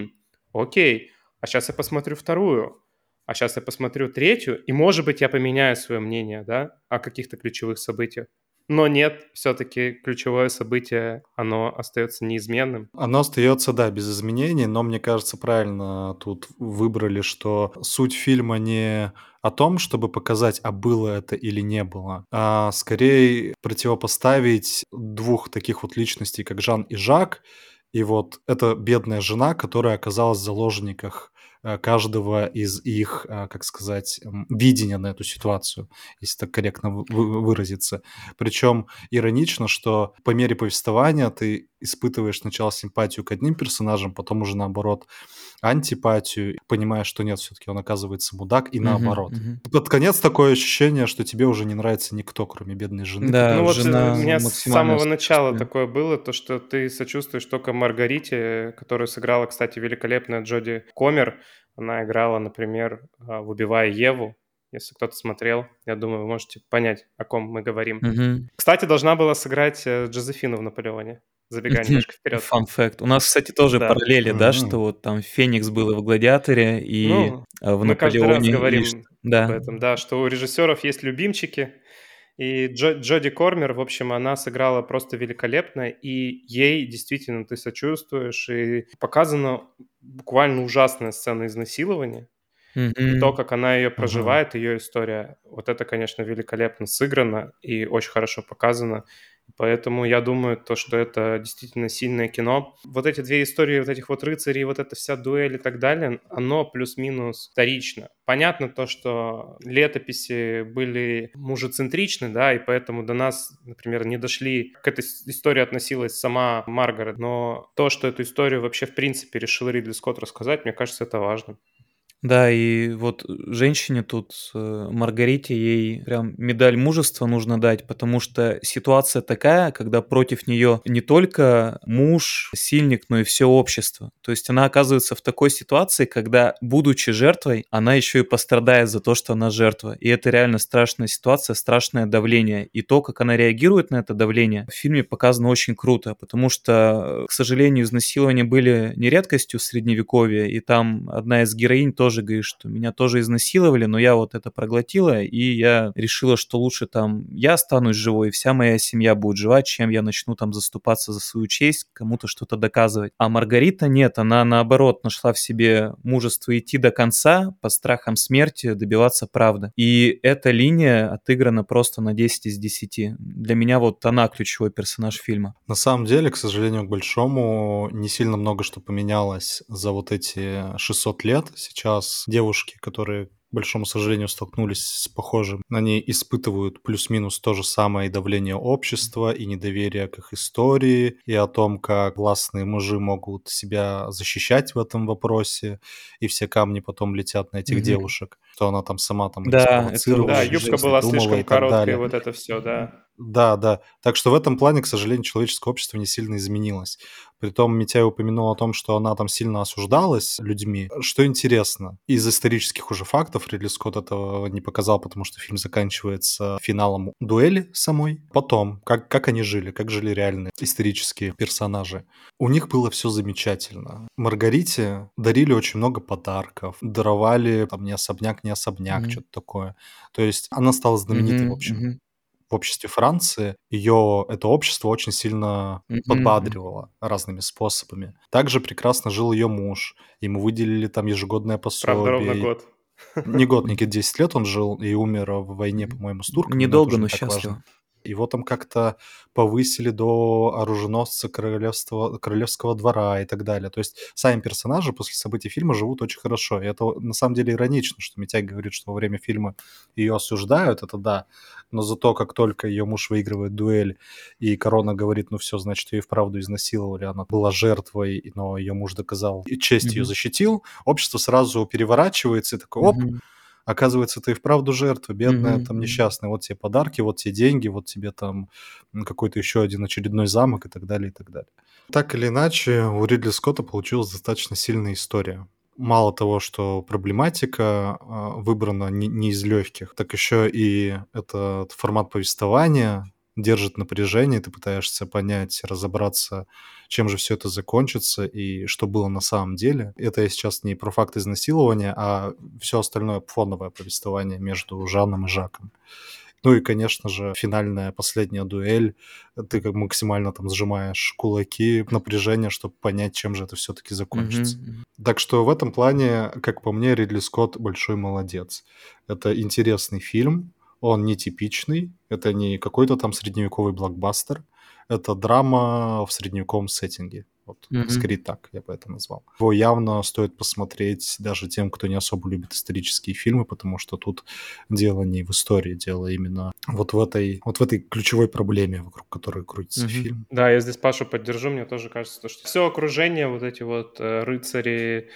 окей, а сейчас я посмотрю вторую, а сейчас я посмотрю третью, и, может быть, я поменяю свое мнение, да, о каких-то ключевых событиях. Но нет, все-таки ключевое событие, оно остается неизменным. Оно остается, да, без изменений, но мне кажется, правильно тут выбрали, что суть фильма не о том, чтобы показать, а было это или не было, а скорее противопоставить двух таких вот личностей, как Жан и Жак. И вот эта бедная жена, которая оказалась в заложниках каждого из их, как сказать, видения на эту ситуацию, если так корректно выразиться. Причем иронично, что по мере повествования ты испытываешь сначала симпатию к одним персонажам, потом уже наоборот антипатию, понимаешь, что нет, все-таки он оказывается мудак, и Мгм, наоборот. мгм. Под конец такое ощущение, что тебе уже не нравится никто, кроме бедной жены, Да, Ну которая вот просто у жена меня с максимально самого начала сочувствие. такое было, то, что ты сочувствуешь только Маргарите, которую сыграла, кстати, великолепная Джоди Комер. Она играла, например, в «Убивая Еву». Если кто-то смотрел, я думаю, вы можете понять, о ком мы говорим. Мгм. Кстати, должна была сыграть Джозефину в «Наполеоне», забегая Мгм. немножко вперед. Фан факт. У нас, кстати, тоже Да. параллели, да, что М. вот там Феникс был и в «Гладиаторе», и Ну, в мы каждый раз «Наполеоне», и говорим об да. этом, да, что у режиссеров есть любимчики, и Джоди Кормер, в общем, она сыграла просто великолепно, и ей действительно ты сочувствуешь, и показана буквально ужасная сцена изнасилования, и то, Мгм. как она ее Мгм. проживает, ее история, вот это, конечно, великолепно сыграно и очень хорошо показано. Поэтому я думаю, то, что это действительно сильное кино. Вот эти две истории, вот этих вот рыцарей, вот эта вся дуэль и так далее, оно плюс-минус вторично. Понятно то, что летописи были мужецентричны, да, и поэтому до нас, например, не дошли, к этой истории относилась сама Маргарет, но то, что эту историю вообще в принципе решил Ридли Скотт рассказать, мне кажется, это важно. Да, и вот женщине тут, Маргарите, ей прям медаль мужества нужно дать, потому что ситуация такая, когда против нее не только муж, сильник, но и все общество. То есть она оказывается в такой ситуации, когда, будучи жертвой, она еще и пострадает за то, что она жертва. И это реально страшная ситуация, страшное давление. И то, как она реагирует на это давление, в фильме показано очень круто, потому что, к сожалению, изнасилования были не редкостью в Средневековье, и там одна из героинь тоже говорит, что меня тоже изнасиловали, но я вот это проглотила, и я решила, что лучше там я останусь живой, и вся моя семья будет жива, чем я начну там заступаться за свою честь, кому-то что-то доказывать. А Маргарита нет, она наоборот нашла в себе мужество идти до конца, под страхом смерти добиваться правды. И эта линия отыграна просто на 10 из 10. Для меня вот она ключевой персонаж фильма. На самом деле, к сожалению, к большому, не сильно много что поменялось за вот эти 600 лет. Сейчас девушки, которые, к большому сожалению, столкнулись с похожим, они испытывают плюс-минус то же самое и давление общества, и недоверие к их истории, и о том, как властные мужи могут себя защищать в этом вопросе, и все камни потом летят на этих Мгм. девушек, что она там сама там их Да, это Да, спровоцировала, или очень юбка что жесть. была придумала слишком и так короткой, далее. вот это все, да. Да, да. Так что в этом плане, к сожалению, человеческое общество не сильно изменилось. Притом Митяй упомянул о том, что она там сильно осуждалась людьми. Что интересно, из исторических уже фактов Ридли Скотт этого не показал, потому что фильм заканчивается финалом дуэли самой. Потом, как они жили, как жили реальные исторические персонажи. У них было все замечательно. Маргарите дарили очень много подарков, даровали там не особняк, Мгм. что-то такое. То есть она стала знаменитой, в Мгм. общем, Мгм. в обществе Франции. Ее это общество очень сильно Мгм. подбадривало разными способами. Также прекрасно жил ее муж. Ему выделили там ежегодное Правда, ровно пособие. год. Не год, Мгм. некий 10 лет он жил и умер в войне, Мгм. по-моему, с турками, но это Недолго, уже не но так важно. счастливо. Его там как-то повысили до оруженосца королевского двора и так далее. То есть сами персонажи после событий фильма живут очень хорошо. И это на самом деле иронично, что Митяй говорит, что во время фильма ее осуждают, это да. Но зато как только ее муж выигрывает дуэль, и Корона говорит, ну все, значит, ее и вправду изнасиловали, она была жертвой, но ее муж доказал и честь ее Мгм. защитил, общество сразу переворачивается и такое, оп, Мгм. оказывается, ты и вправду жертва, бедная Мгм. там Мгм. несчастная. Вот тебе подарки, вот тебе деньги, вот тебе там какой-то еще один очередной замок и так далее, и так далее. Так или иначе, у Ридли Скотта получилась достаточно сильная история. мало того, что проблематика выбрана не из легких, так еще и этот формат повествования держит напряжение, ты пытаешься понять, разобраться, чем же все это закончится и что было на самом деле. Это я сейчас не про факт изнасилования, а все остальное фоновое повествование между Жаном и Жаком. Ну и, конечно же, финальная последняя дуэль. Ты как максимально там сжимаешь кулаки, напряжение, чтобы понять, чем же это все-таки закончится. Мгм. Так что в этом плане, как по мне, Ридли Скотт большой молодец. Это интересный фильм, он нетипичный, это не какой-то там средневековый блокбастер, это драма в средневековом сеттинге. Вот, Мгм. скорее так я бы это назвал. Его явно стоит посмотреть даже тем, кто не особо любит исторические фильмы, потому что тут дело не в истории, дело именно вот в этой ключевой проблеме, вокруг которой крутится Мгм. фильм. Да, я здесь Пашу поддержу, мне тоже кажется, что все окружение, вот эти вот рыцари,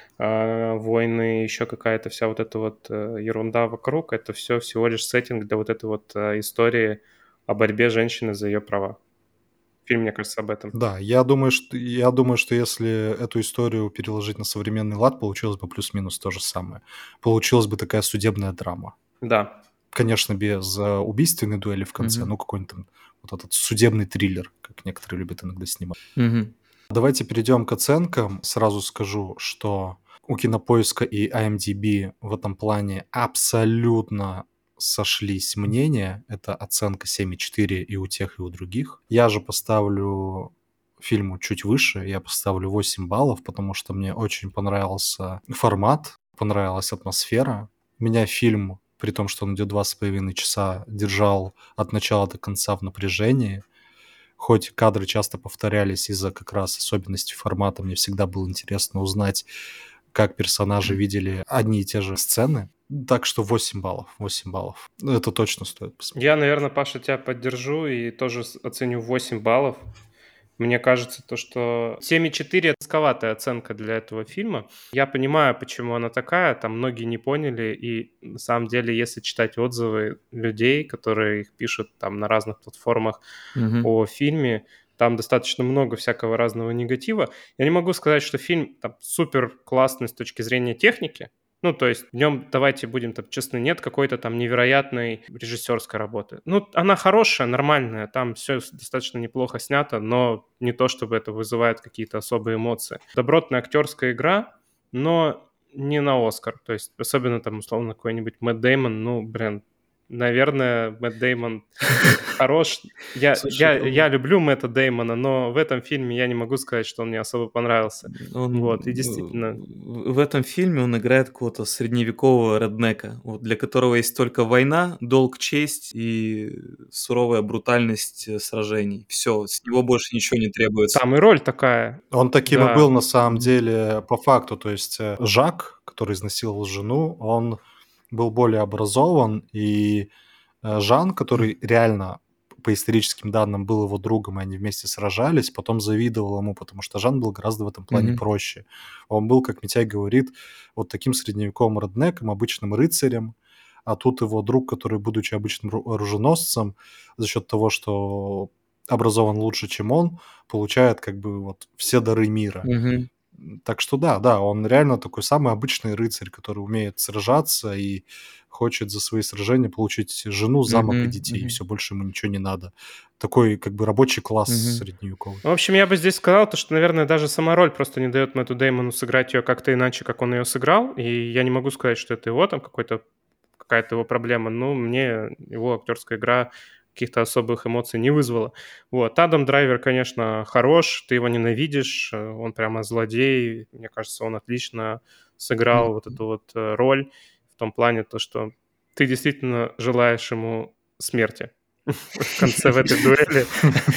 войны, еще какая-то вся вот эта вот ерунда вокруг, это все всего лишь сеттинг для вот этой вот истории о борьбе женщины за ее права. Фильм, мне кажется, об этом. Да, я думаю, что если эту историю переложить на современный лад, получилось бы плюс-минус то же самое. Получилась бы такая судебная драма. Да. Конечно, без убийственной дуэли в конце, Мгм. ну какой-нибудь там вот этот судебный триллер, как некоторые любят иногда снимать. Мгм. Давайте перейдем к оценкам. Сразу скажу, что у Кинопоиска и IMDb в этом плане абсолютно сошлись мнения. Это оценка 7,4 и у тех, и у других. Я же поставлю фильму чуть выше. Я поставлю 8 баллов, потому что мне очень понравился формат, понравилась атмосфера. Меня фильм, при том, что он идет 2,5 часа, держал от начала до конца в напряжении. Хоть кадры часто повторялись из-за как раз особенностей формата, мне всегда было интересно узнать, как персонажи видели одни и те же сцены. Так что 8 баллов, 8 баллов. Это точно стоит посмотреть. Я, наверное, Паша, тебя поддержу и тоже оценю 8 баллов. Мне кажется, то, что 7,4 низковатая оценка для этого фильма. Я понимаю, почему она такая, там многие не поняли, и на самом деле, если читать отзывы людей, которые их пишут там на разных платформах Мгм. о фильме, там достаточно много всякого разного негатива. Я не могу сказать, что фильм там супер классный с точки зрения техники. Ну, то есть в нем, давайте будем там честны, нет какой-то там невероятной режиссерской работы. Ну, она хорошая, нормальная, там все достаточно неплохо снято, но не то, чтобы это вызывает какие-то особые эмоции. Добротная актерская игра, но не на Оскар. То есть особенно там, условно, какой-нибудь Мэтт Дэймон, ну, блин, наверное, Мэтт Дэймон хорош. Я, Слушай, я, я люблю Мэтта Дэймона, но в этом фильме я не могу сказать, что он мне особо понравился. Вот, и действительно, в этом фильме он играет какого-то средневекового реднека, вот, для которого есть только война, долг, честь и суровая брутальность сражений. Все, с него больше ничего не требуется. там и роль такая, Он таким и был да. на самом Мгм. деле по факту. То есть Жак, который изнасиловал жену, он был более образован, и Жан, который реально по историческим данным был его другом, и они вместе сражались, потом завидовал ему, потому что Жан был гораздо в этом плане Мгм. проще. Он был, как Митяй говорит, вот таким средневековым реднеком, обычным рыцарем, а тут его друг, который, будучи обычным оруженосцем, за счет того, что образован лучше, чем он, получает как бы вот все дары мира. Мгм. Так что да, да, он реально такой самый обычный рыцарь, который умеет сражаться и хочет за свои сражения получить жену, замок и Мгм. детей, и Мгм. все, больше ему ничего не надо. Такой как бы рабочий класс Мгм. средневековый. В общем, я бы здесь сказал, то, что, наверное, даже сама роль просто не дает Мэтту Дэймону сыграть ее как-то иначе, как он ее сыграл, и я не могу сказать, что это его там какая-то его проблема, но мне его актерская игра каких-то особых эмоций не вызвала. Вот. Адам Драйвер, конечно, хорош, ты его ненавидишь, он прямо злодей, мне кажется, он отлично сыграл вот эту вот роль в том плане, то, что ты действительно желаешь ему смерти в конце в этой дуэли.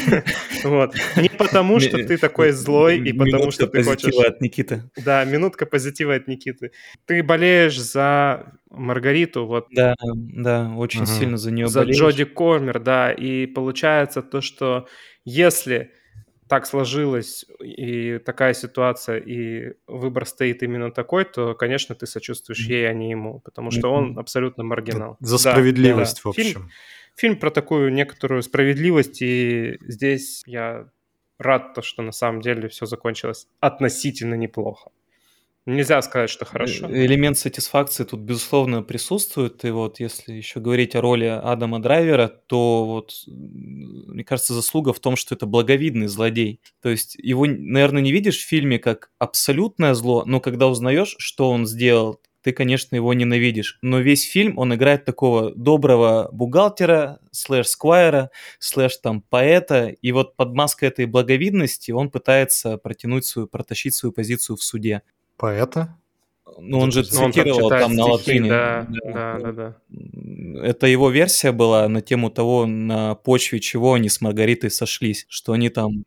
Вот. Не потому, что ты такой злой и потому, Минутка что ты позитива хочешь... от Никиты. Да, минутка позитива от Никиты. Ты болеешь за Маргариту, вот Да, да, очень Мгм. сильно за нее за Джоди болеешь. Кормер, да, и получается то, что если так сложилось и такая ситуация, и выбор стоит именно такой, то, конечно, ты сочувствуешь ей, а не ему, потому что он Мгм. абсолютно маргинал. За Да, Да. да. справедливость, в общем. Фильм про такую некоторую справедливость, и здесь я рад, то, что на самом деле все закончилось относительно неплохо. Нельзя сказать, что хорошо. Элемент сатисфакции тут, безусловно, присутствует. И вот если еще говорить о роли Адама Драйвера, то вот, мне кажется, заслуга в том, что это благовидный злодей. То есть его, наверное, не видишь в фильме как абсолютное зло, но когда узнаешь, что он сделал, ты, конечно, его ненавидишь. Но весь фильм он играет такого доброго бухгалтера, слэш-сквайра, слэш-там поэта, и вот под маской этой благовидности он пытается протащить свою позицию в суде. Поэта? Ну, он же Ну, он там цитировал читает там на стихи, латыни. да. Это его версия была на тему того, на почве чего они с Маргаритой сошлись, что они там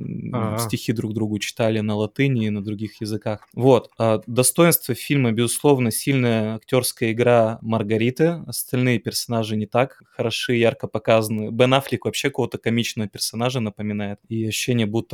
А. стихи друг другу читали на латыни и на других языках. Вот. А достоинство фильма, безусловно, сильная актерская игра Маргариты. Остальные персонажи не так хороши, ярко показаны. Бен Аффлек вообще какого-то комичного персонажа напоминает. И ощущение, будто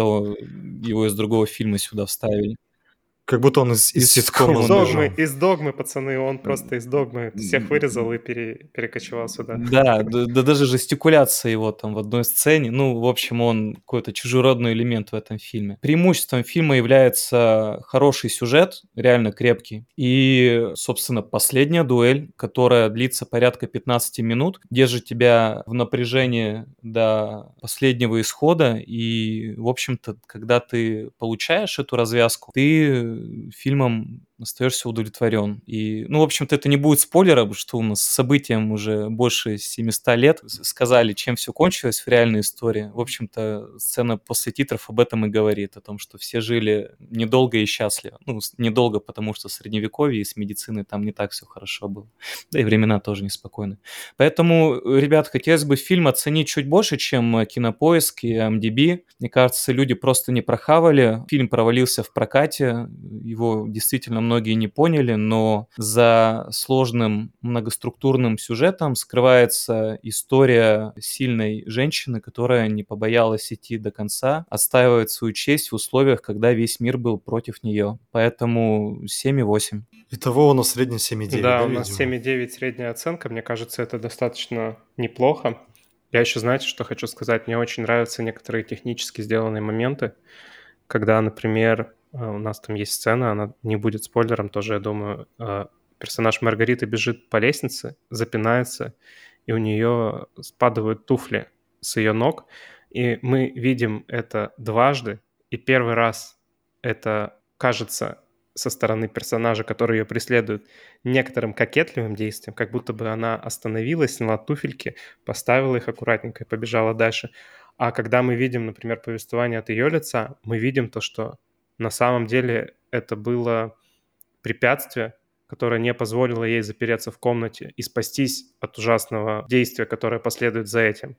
его из другого фильма сюда вставили. Как будто он из ситкома Из сбежал. Из догмы, пацаны, он просто из догмы всех вырезал и перекочевал сюда. Да, даже жестикуляция его там в одной сцене. Ну, в общем, он какой-то чужеродный элемент в этом фильме. Преимуществом фильма является хороший сюжет, реально крепкий. И, собственно, последняя дуэль, которая длится порядка 15 минут, держит тебя в напряжении до последнего исхода. И, в общем-то, когда ты получаешь эту развязку, ты фильмом остаешься удовлетворен. И, ну, в общем-то, это не будет спойлером, что у нас с событием уже больше 700 лет. Сказали, чем все кончилось в реальной истории. В общем-то, сцена после титров об этом и говорит, о том, что все жили недолго и счастливо. Ну, недолго, потому что средневековье и с медициной там не так все хорошо было. Да и времена тоже неспокойны. Поэтому, ребят, хотелось бы фильм оценить чуть больше, чем Кинопоиск и MDB. Мне кажется, люди просто не прохавали. Фильм провалился в прокате. Его действительно многие не поняли, но за сложным многоструктурным сюжетом скрывается история сильной женщины, которая не побоялась идти до конца, отстаивать свою честь в условиях, когда весь мир был против нее. Поэтому 7,8. Итого у нас средний 7,9, Да, да, у нас видимо? 7,9 средняя оценка. Мне кажется, это достаточно неплохо. Я еще, знаете, что хочу сказать? Мне очень нравятся некоторые технически сделанные моменты, когда, например, у нас там есть сцена, она не будет спойлером тоже, я думаю. Персонаж Маргариты бежит по лестнице, запинается, и у нее спадают туфли с ее ног. И мы видим это дважды, и первый раз это кажется со стороны персонажа, который ее преследует, некоторым кокетливым действием, как будто бы она остановилась, сняла туфельки, поставила их аккуратненько и побежала дальше. А когда мы видим, например, повествование от ее лица, мы видим то, что на самом деле это было препятствие, которое не позволило ей запереться в комнате и спастись от ужасного действия, которое последует за этим.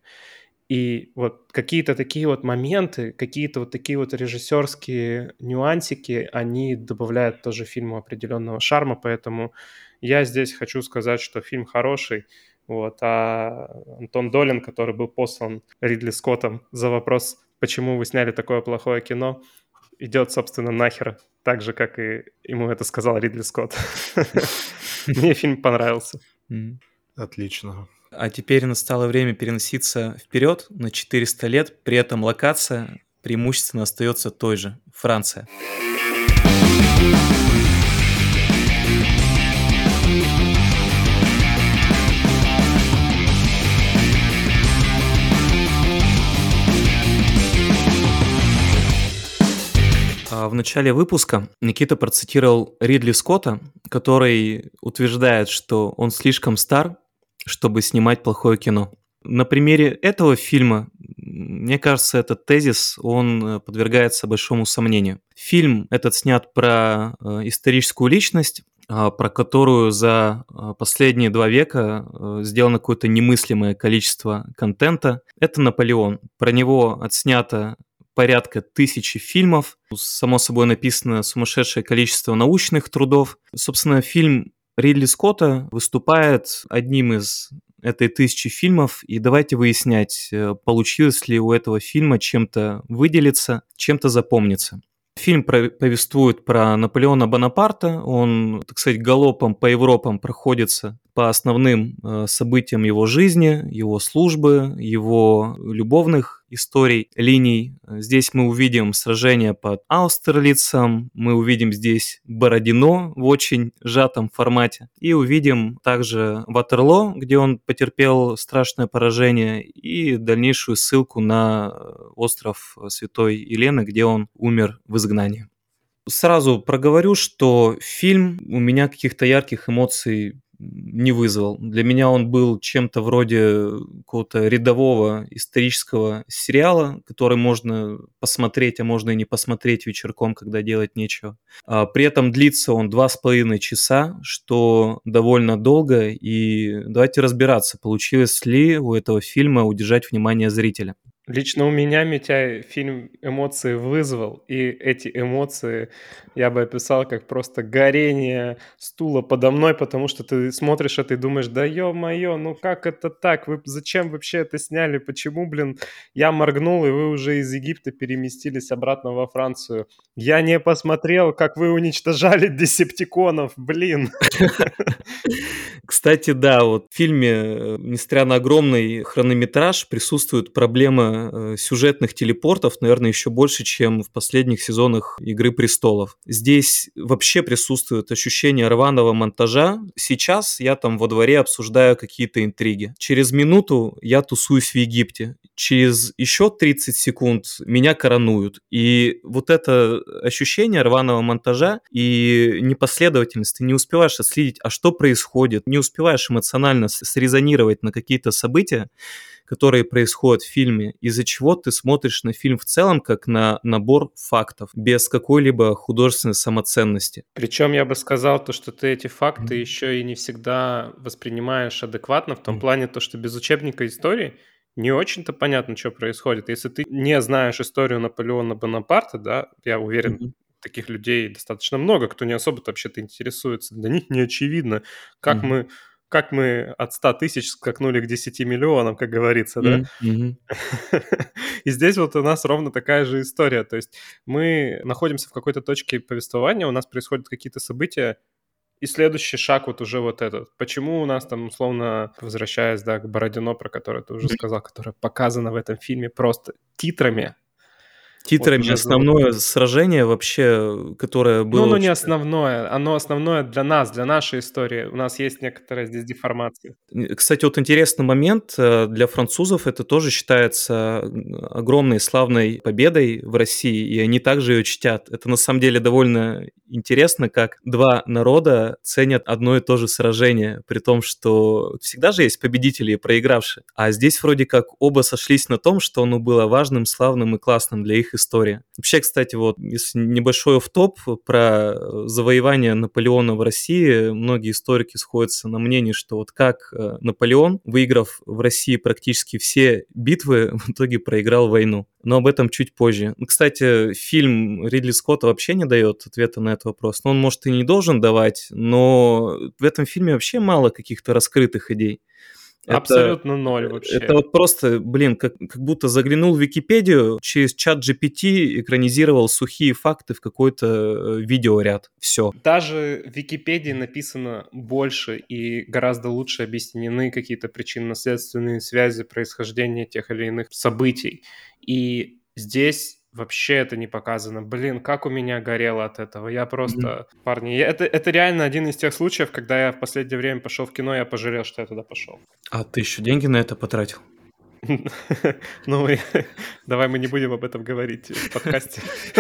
И вот какие-то такие вот моменты, какие-то вот такие вот режиссерские нюансики, они добавляют тоже фильму определенного шарма, поэтому я здесь хочу сказать, что фильм хороший, вот, а Антон Долин, который был послан Ридли Скоттом за вопрос, почему вы сняли такое плохое кино, идет, собственно, нахер, так же, как и ему это сказал Ридли Скотт. Мне фильм понравился. Отлично. А теперь настало время переноситься вперед на 400 лет, при этом локация преимущественно остается той же – Франция. В начале выпуска Никита процитировал Ридли Скотта, который утверждает, что он слишком стар, чтобы снимать плохое кино. На примере этого фильма, мне кажется, этот тезис, он подвергается большому сомнению. Фильм этот снят про историческую личность, про которую за последние 2 века сделано какое-то немыслимое количество контента. Это Наполеон. Про него отснято порядка 1000 фильмов. Само собой написано сумасшедшее количество научных трудов. Собственно, фильм Ридли Скотта выступает одним из этой 1000 фильмов, и давайте выяснять, получилось ли у этого фильма чем-то выделиться, чем-то запомниться. Фильм повествует про Наполеона Бонапарта, он, так сказать, галопом по Европам проходится по основным событиям его жизни, его службы, его любовных историй, линий. Здесь мы увидим сражение под Аустерлицем, мы увидим здесь Бородино в очень сжатом формате и увидим также Ватерлоо, где он потерпел страшное поражение, и дальнейшую ссылку на остров Святой Елены, где он умер в изгнании. Сразу проговорю, что фильм у меня каких-то ярких эмоций не вызвал. Для меня он был чем-то вроде какого-то рядового исторического сериала, который можно посмотреть, а можно и не посмотреть вечерком, когда делать нечего. При этом длится он 2,5 часа, что довольно долго, и давайте разбираться, получилось ли у этого фильма удержать внимание зрителя. Лично у меня, Митяй, фильм эмоции вызвал, и эти эмоции я бы описал как просто горение стула подо мной, потому что ты смотришь это и думаешь, да ё-моё, ну как это так? Вы зачем вообще это сняли? Почему, блин, я моргнул, и вы уже из Египта переместились обратно во Францию? Я не посмотрел, как вы уничтожали десептиконов, блин. Кстати, да, вот в фильме, несмотря на огромный хронометраж, присутствует проблема сюжетных телепортов, наверное, еще больше, чем в последних сезонах «Игры престолов». Здесь вообще присутствует ощущение рваного монтажа. Сейчас я там во дворе обсуждаю какие-то интриги. Через минуту я тусуюсь в Египте. Через еще 30 секунд меня коронуют. И вот это ощущение рваного монтажа и непоследовательности, не успеваешь отследить, а что происходит, не успеваешь эмоционально срезонировать на какие-то события, которые происходят в фильме, из-за чего ты смотришь на фильм в целом как на набор фактов, без какой-либо художественной самоценности. Причем я бы сказал то, что ты эти факты еще и не всегда воспринимаешь адекватно, в том плане то, что без учебника истории не очень-то понятно, что происходит. Если ты не знаешь историю Наполеона Бонапарта, да, я уверен, таких людей достаточно много, кто не особо-то вообще-то интересуется. Для них не очевидно, как мы от 100 тысяч скакнули к 10 миллионам, как говорится, да? И здесь вот у нас ровно такая же история. То есть мы находимся в какой-то точке повествования, у нас происходят какие-то события, и следующий шаг вот уже вот этот. Почему у нас там, условно, возвращаясь, да, к Бородино, про которое ты уже сказал, которое показано в этом фильме просто титрами. Титрами Вот уже основное сражение вообще, которое Ну, было оно не очень... основное. Оно основное для нас, для нашей истории. У нас есть некоторая здесь деформация. Кстати, вот интересный момент для французов, это тоже считается огромной славной победой в России, и они также ее чтят. Это на самом деле довольно интересно, как два народа ценят одно и то же сражение, при том, что всегда же есть победители и проигравшие. А здесь вроде как оба сошлись на том, что оно было важным, славным и классным для их истории. Вообще, кстати, вот если небольшой офф-топ про завоевание Наполеона в России, многие историки сходятся на мнении, что вот как Наполеон, выиграв в России практически все битвы, в итоге проиграл войну. Но об этом чуть позже. Кстати, фильм Ридли Скотта вообще не дает ответа на этот вопрос. Но он, может, и не должен давать, но в этом фильме вообще мало каких-то раскрытых идей. Абсолютно ноль вообще. Это вот просто, блин, как будто заглянул в Википедию, через чат GPT экранизировал сухие факты в какой-то видеоряд. Все. Даже в Википедии написано больше и гораздо лучше объяснены какие-то причинно-следственные связи происхождения тех или иных событий. И здесь вообще это не показано. Блин, как у меня горело от этого. Я просто... Парни, это реально один из тех случаев, когда я в последнее время пошел в кино, я пожалел, что я туда пошел. А ты еще деньги на это потратил? Ну, давай мы не будем об этом говорить в подкасте.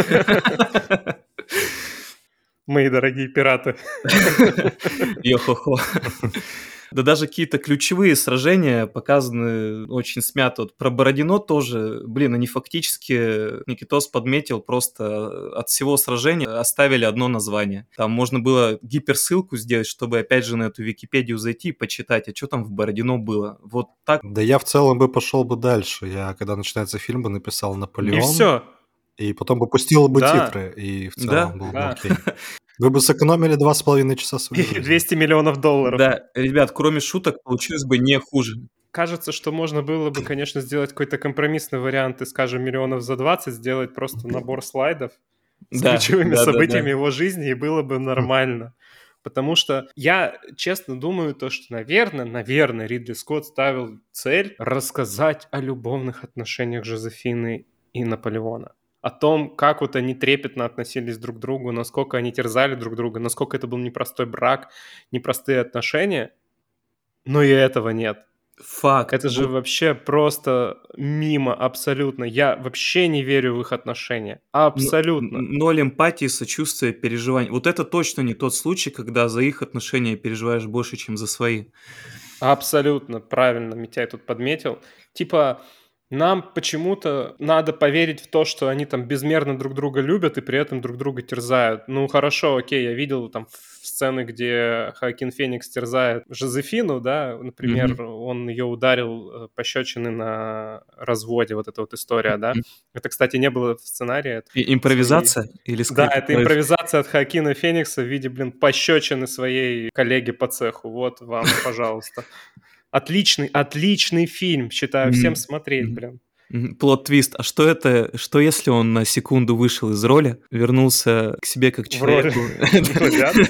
Мои дорогие пираты. Йо-хо-хо. Да даже какие-то ключевые сражения показаны очень смято. Вот про Бородино тоже, блин, они фактически, Никитос подметил, просто от всего сражения оставили одно название. Там можно было гиперссылку сделать, чтобы опять же на эту Википедию зайти и почитать, а что там в Бородино было. Вот так. Да я в целом бы пошел бы дальше. Я, когда начинается фильм, бы написал Наполеон. И все. И потом бы пустил бы Да. титры, и в Да, целом было бы да. окей. Вы бы сэкономили 2,5 часа И своей жизни. 200 миллионов долларов. Да, ребят, кроме шуток, получилось бы не хуже. Кажется, что можно было бы, конечно, сделать какой-то компромиссный вариант и, скажем, миллионов за 20 сделать просто набор слайдов с Да, ключевыми да, да, событиями да. его жизни, и было бы нормально. Потому что я честно думаю, то, что, наверное, Ридли Скотт ставил цель рассказать о любовных отношениях Жозефины и Наполеона. О том, как вот они трепетно относились друг к другу, насколько они терзали друг друга, насколько это был непростой брак, непростые отношения. Но и этого нет. Факт. Это же Вот, вообще просто мимо абсолютно. Я вообще не верю в их отношения. ну, Абсолютно. ноль эмпатии, сочувствия, переживаний. Вот это точно не тот случай, когда за их отношения переживаешь больше, чем за свои. Абсолютно правильно Митяй тут подметил. Типа, нам почему-то надо поверить в то, что они там безмерно друг друга любят и при этом друг друга терзают. Ну, хорошо, окей, я видел там сцены, где Хоакин Феникс терзает Жозефину, да, например, Мгм. он ее ударил пощечины на разводе, вот эта вот история, да. Мгм. Это, кстати, не было в сценарии, это свои... Импровизация или Да, скрытый это порыв? импровизация от Хоакина Феникса в виде, пощечины своей коллеге по цеху. Вот вам, пожалуйста. Отличный фильм. Считаю, всем Мгм. смотреть, Мгм. блин. Плот-твист. А что если он на секунду вышел из роли, вернулся к себе как В роли человеку? гладиатора.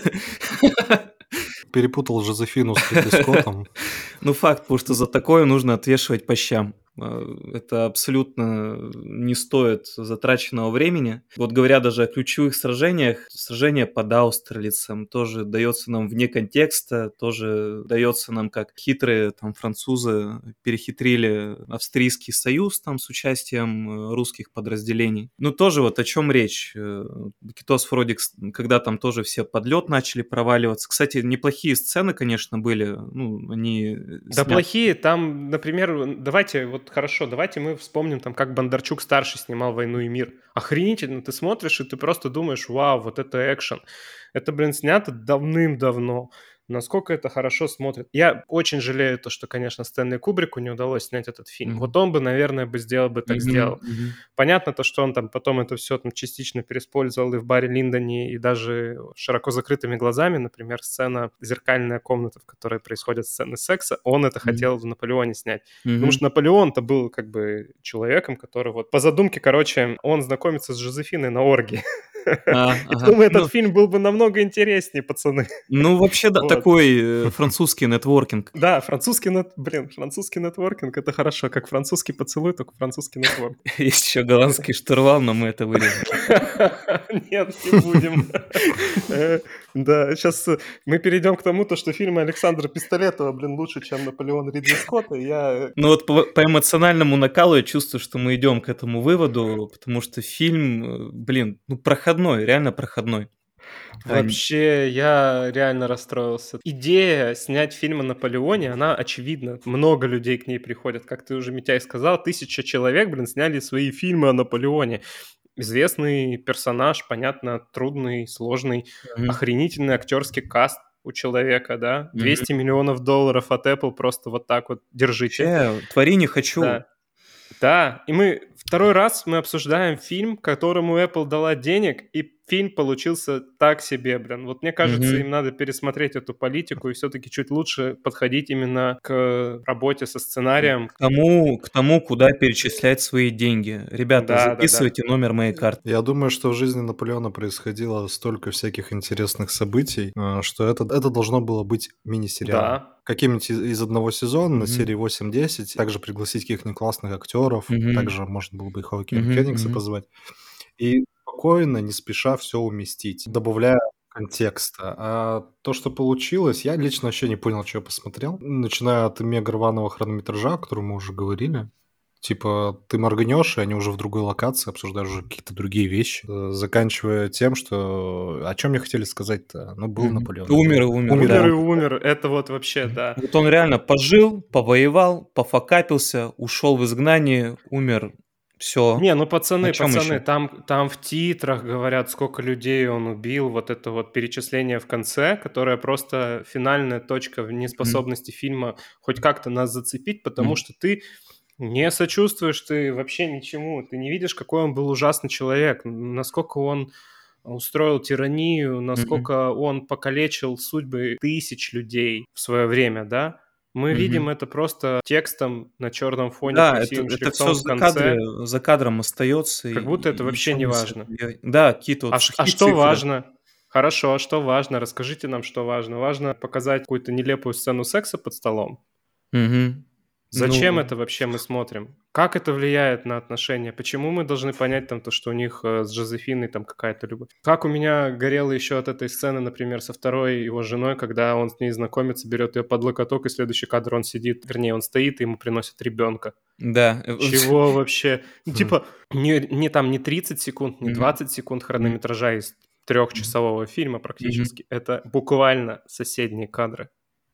Перепутал Жозефину с Ридли Скоттом. Ну, факт, потому что за такое нужно отвешивать по щам. Это абсолютно не стоит затраченного времени. Вот говоря даже о ключевых сражениях, сражение под Аустерлицем тоже дается нам вне контекста, тоже дается нам, как хитрые там французы перехитрили австрийский союз там с участием русских подразделений. Ну, тоже вот о чем речь. Китос Фродикс, когда там тоже все под лед начали проваливаться. Кстати, неплохие сцены, конечно, были. Ну, они Да сняты. плохие, там, например, давайте, вот хорошо, давайте мы вспомним, там, как Бондарчук-старший снимал «Войну и мир». Охренительно, ты смотришь, и ты просто думаешь, вау, вот это экшен. Это, блин, снято давным-давно. Насколько это хорошо смотрит. Я очень жалею то, что, конечно, Стэнли Кубрику не удалось снять этот фильм. Вот Мгм. он бы, наверное, так Мгм. сделал. Мгм. Понятно то, что он там потом это все там частично переиспользовал и в Барри Линдоне, и даже широко закрытыми глазами, например, сцена «Зеркальная комната», в которой происходят сцены секса, он это Мгм. хотел в «Наполеоне» снять. Потому Мгм. что Наполеон-то был как бы человеком, который вот по задумке, короче, он знакомится с Жозефиной на оргии. Я Ага. думаю, этот фильм был бы намного интереснее, пацаны. Ну, вообще, да, Вот. такой французский нетворкинг. Да, французский нетворкинг — это хорошо, как французский поцелуй, только французский нетворкинг. Есть еще голландский штурвал, но мы это вырежем. Нет, не будем. Да, сейчас мы перейдем к тому, то, что фильмы Александра Пистолетова, лучше, чем «Наполеон» Ридли Скотта. Ну вот по эмоциональному накалу я чувствую, что мы идем к этому выводу, потому что фильм, ну проходной, реально проходной. Вообще, я реально расстроился. Идея снять фильм о Наполеоне, она очевидна. Много людей к ней приходят. Как ты уже, Митяй, сказал, 1000 человек, сняли свои фильмы о Наполеоне. Известный персонаж, понятно, трудный, сложный, Мгм. охренительный актерский каст у человека, да. Мгм. 200 миллионов долларов от Apple просто вот так вот держите. Вообще, твори не хочу. Да. Да, и второй раз мы обсуждаем фильм, которому Apple дала денег, и фильм получился так себе, Вот мне кажется, Мгм. им надо пересмотреть эту политику и все-таки чуть лучше подходить именно к работе со сценарием. К тому, куда перечислять свои деньги. Ребята, Да-да-да. записывайте номер моей карты. Я думаю, что в жизни Наполеона происходило столько всяких интересных событий, что это должно было быть мини-сериалом. Да. Каким-нибудь из одного сезона на Мгм. серии 8-10, также пригласить каких-нибудь классных актеров, Мгм. также можно было бы и Хоакина Мгм. Феникса Мгм. позвать, и спокойно, не спеша все уместить, добавляя контекста. А то, что получилось, я лично вообще не понял, что я посмотрел. Начиная от мега рваного хронометража, о котором мы уже говорили. Типа, ты моргнешь, и они уже в другой локации обсуждают уже какие-то другие вещи. Заканчивая тем, что... О чем мне хотели сказать-то? Ну, был Мгм. Наполеон. Умер и Умер, умер, да. Умер и да. умер. Это вот вообще, да. Вот он реально пожил, повоевал, пофакапился, ушел в изгнание, умер. Все. Не, ну О пацаны, чем еще? там в титрах говорят, сколько людей он убил, вот это вот перечисление в конце, которое просто финальная точка в неспособности фильма хоть как-то нас зацепить, потому что ты не сочувствуешь ты вообще ничему, ты не видишь, какой он был ужасный человек, насколько он устроил тиранию, насколько он покалечил судьбы тысяч людей в свое время, да? Мы видим это просто текстом на черном фоне Да, это красивым это всё шрифтом в конце, за кадром остается, как будто это и вообще ничего не не важно. несет. Да, какие-то вот А сухие что цифры. важно? Хорошо, а что важно? Расскажите нам, что важно. Важно показать какую-то нелепую сцену секса под столом? Мгм. Зачем Ну, это вообще мы смотрим? Как это влияет на отношения? Почему мы должны понять там то, что у них с Жозефиной там какая-то любовь? Как у меня горело еще от этой сцены, например, со второй его женой, когда он с ней знакомится, берет ее под локоток, и следующий кадр он сидит, вернее, он стоит, и ему приносят ребенка. да. Чего вообще? Ну, Хм. типа, не там не 30 секунд, не Мгм. 20 секунд хронометража из трехчасового фильма практически. Это буквально соседние кадры.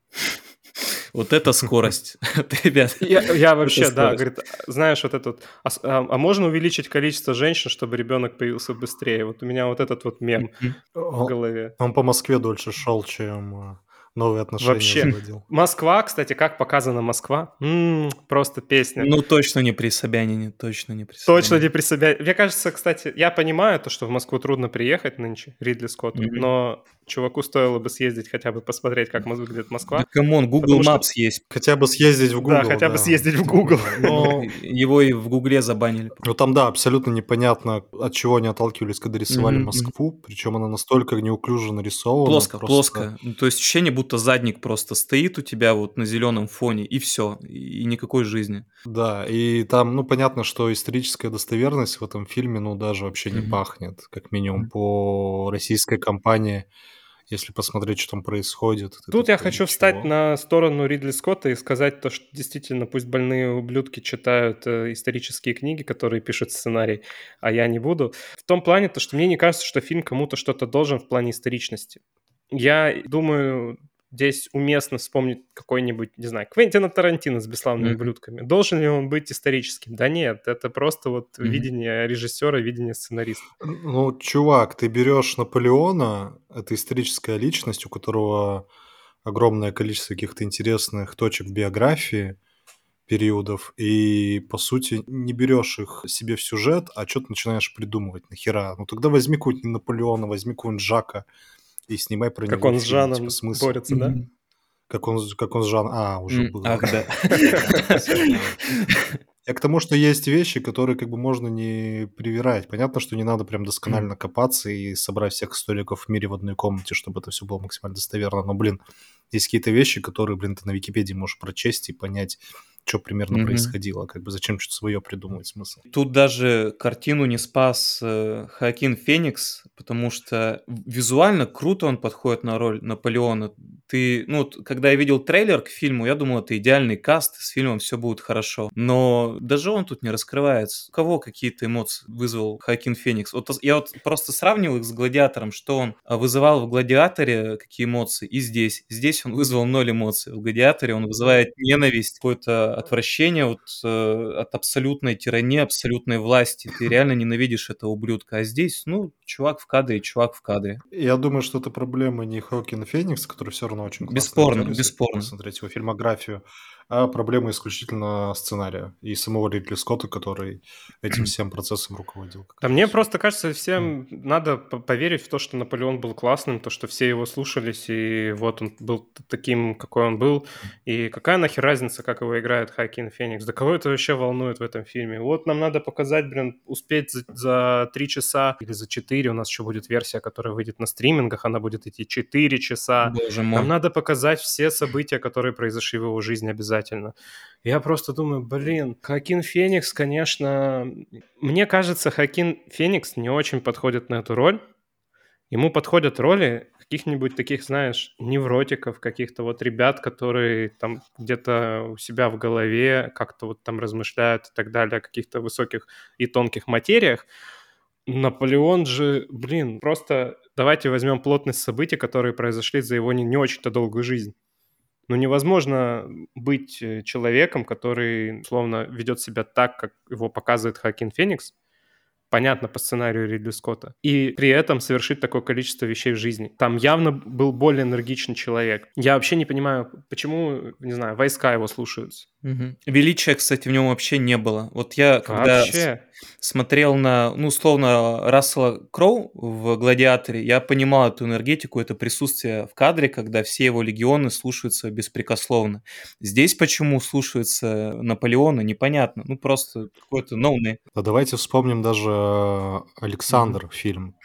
Вот это скорость. Ребят, Я вообще, это да, скорость. говорит, знаешь, вот этот, а можно увеличить количество женщин, чтобы ребенок появился быстрее? Вот у меня вот этот вот мем Мгм. в голове. Он по Москве дольше шел, чем новые отношения Вообще. заводил. Москва, кстати, как показана Москва? Просто песня. Ну, точно не при Собянине, точно не при Точно не Собянине. при себе. Мне кажется, кстати, я понимаю то, что в Москву трудно приехать нынче, Ридли Скотту, Мгм. но чуваку стоило бы съездить хотя бы посмотреть, как выглядит Да Москва, камон, Google потому что, Maps есть. Хотя бы съездить в да, Google, хотя бы да. съездить в Google. Ну, Но, его и в Гугле забанили. ну там, да, абсолютно непонятно, от чего они отталкивались, когда рисовали Мгм, мгм. Москву. Причем она настолько неуклюже нарисована, Плоско, просто... плоско. Ну, то есть ощущение, будто задник просто стоит у тебя вот на зеленом фоне, и все, и никакой жизни. Да, и там, ну, понятно, что историческая достоверность в этом фильме, ну, даже вообще не Мгм. пахнет. Как минимум Мгм. по российской компании, если посмотреть, что там происходит, ты Тут я такой, хочу встать чего? на сторону Ридли Скотта и сказать то, что действительно пусть больные ублюдки читают исторические книги, которые пишут сценарий, а я не буду. В том плане, то, что мне не кажется, что фильм кому-то что-то должен в плане историчности. Я думаю, здесь уместно вспомнить какой-нибудь, не знаю, Квентина Тарантино с «Бесславными Мгм. ублюдками». Должен ли он быть историческим? Да нет, это просто вот Мгм. видение режиссера, видение сценариста. Ну, чувак, ты берешь Наполеона, это историческая личность, у которого огромное количество каких-то интересных точек в биографии, периодов, и, по сути, не берешь их себе в сюжет, а что ты начинаешь придумывать, нахера? Ну, тогда возьми какого-нибудь Наполеона, возьми какого-нибудь Жака и снимай про Как него он с фильм. Типа, Жаном смысл? борется, да? Мгм. Как он с Жан... А, уже было, Ах, да. да. Всё, да. Я к тому, что есть вещи, которые как бы можно не привирать. Понятно, что не надо прям досконально копаться и собрать всех историков в мире в одной комнате, чтобы это все было максимально достоверно. Но, блин, есть какие-то вещи, которые, блин, ты на Википедии можешь прочесть и понять, что примерно Мгм. происходило. Как бы зачем что-то свое придумывать, смысл? Тут даже картину не спас Хоакин Феникс, потому что визуально круто он подходит на роль Наполеона. Ты, ну, вот, когда я видел трейлер к фильму, я думал, это идеальный каст, с фильмом все будет хорошо. Но даже он тут не раскрывается. У кого какие-то эмоции вызвал Хоакин Феникс? Вот я вот просто сравнил их с «Гладиатором», что он вызывал в «Гладиаторе», какие эмоции, и здесь. Здесь он вызвал 0 эмоций. В «Гладиаторе» он вызывает ненависть, какое-то отвращение вот, от абсолютной тирании, абсолютной власти. Ты реально ненавидишь этого ублюдка. А здесь, ну, чувак в кадре, чувак в кадре. Я думаю, что это проблема не Хоакина Феникса, который все равно очень классный Бесспорно, актер, если бесспорно. посмотреть его фильмографию, а проблема исключительно сценария и самого Ридли Скотта, который этим всем процессом руководил как Да мне режиссер. просто кажется, всем надо поверить в то, что Наполеон был классным, то, что все его слушались, и вот он был таким, какой он был. И какая нахер разница, как его играет Хоакин Феникс? Да кого это вообще волнует в этом фильме? Вот нам надо показать, блин, успеть за 3 часа или за 4. У нас еще будет версия, которая выйдет на стримингах, она будет идти 4 часа. Боже Нам мой. надо показать все события, которые произошли в его жизни обязательно. Я просто думаю, блин, Хоакин Феникс, конечно... Мне кажется, Хоакин Феникс не очень подходит на эту роль. Ему подходят роли каких-нибудь таких, знаешь, невротиков, каких-то вот ребят, которые там где-то у себя в голове как-то вот там размышляют и так далее, о каких-то высоких и тонких материях. Наполеон же, блин, просто давайте возьмем плотность событий, которые произошли за его не очень-то долгую жизнь. Ну, невозможно быть человеком, который, условно, ведет себя так, как его показывает Хоакин Феникс, понятно, по сценарию Ридли Скотта, и при этом совершить такое количество вещей в жизни. Там явно был более энергичный человек. Я вообще не понимаю, почему, не знаю, войска его слушаются. Мгм. Величия, кстати, в нем вообще не было. Вот я, когда Вообще. смотрел на, ну, условно, Рассела Кроу в «Гладиаторе», я понимал эту энергетику, это присутствие в кадре, когда все его легионы слушаются беспрекословно. Здесь почему слушаются Наполеона, непонятно. Ну, просто какой-то ноунейм. Да давайте вспомним даже Мгм. «Александр» фильм.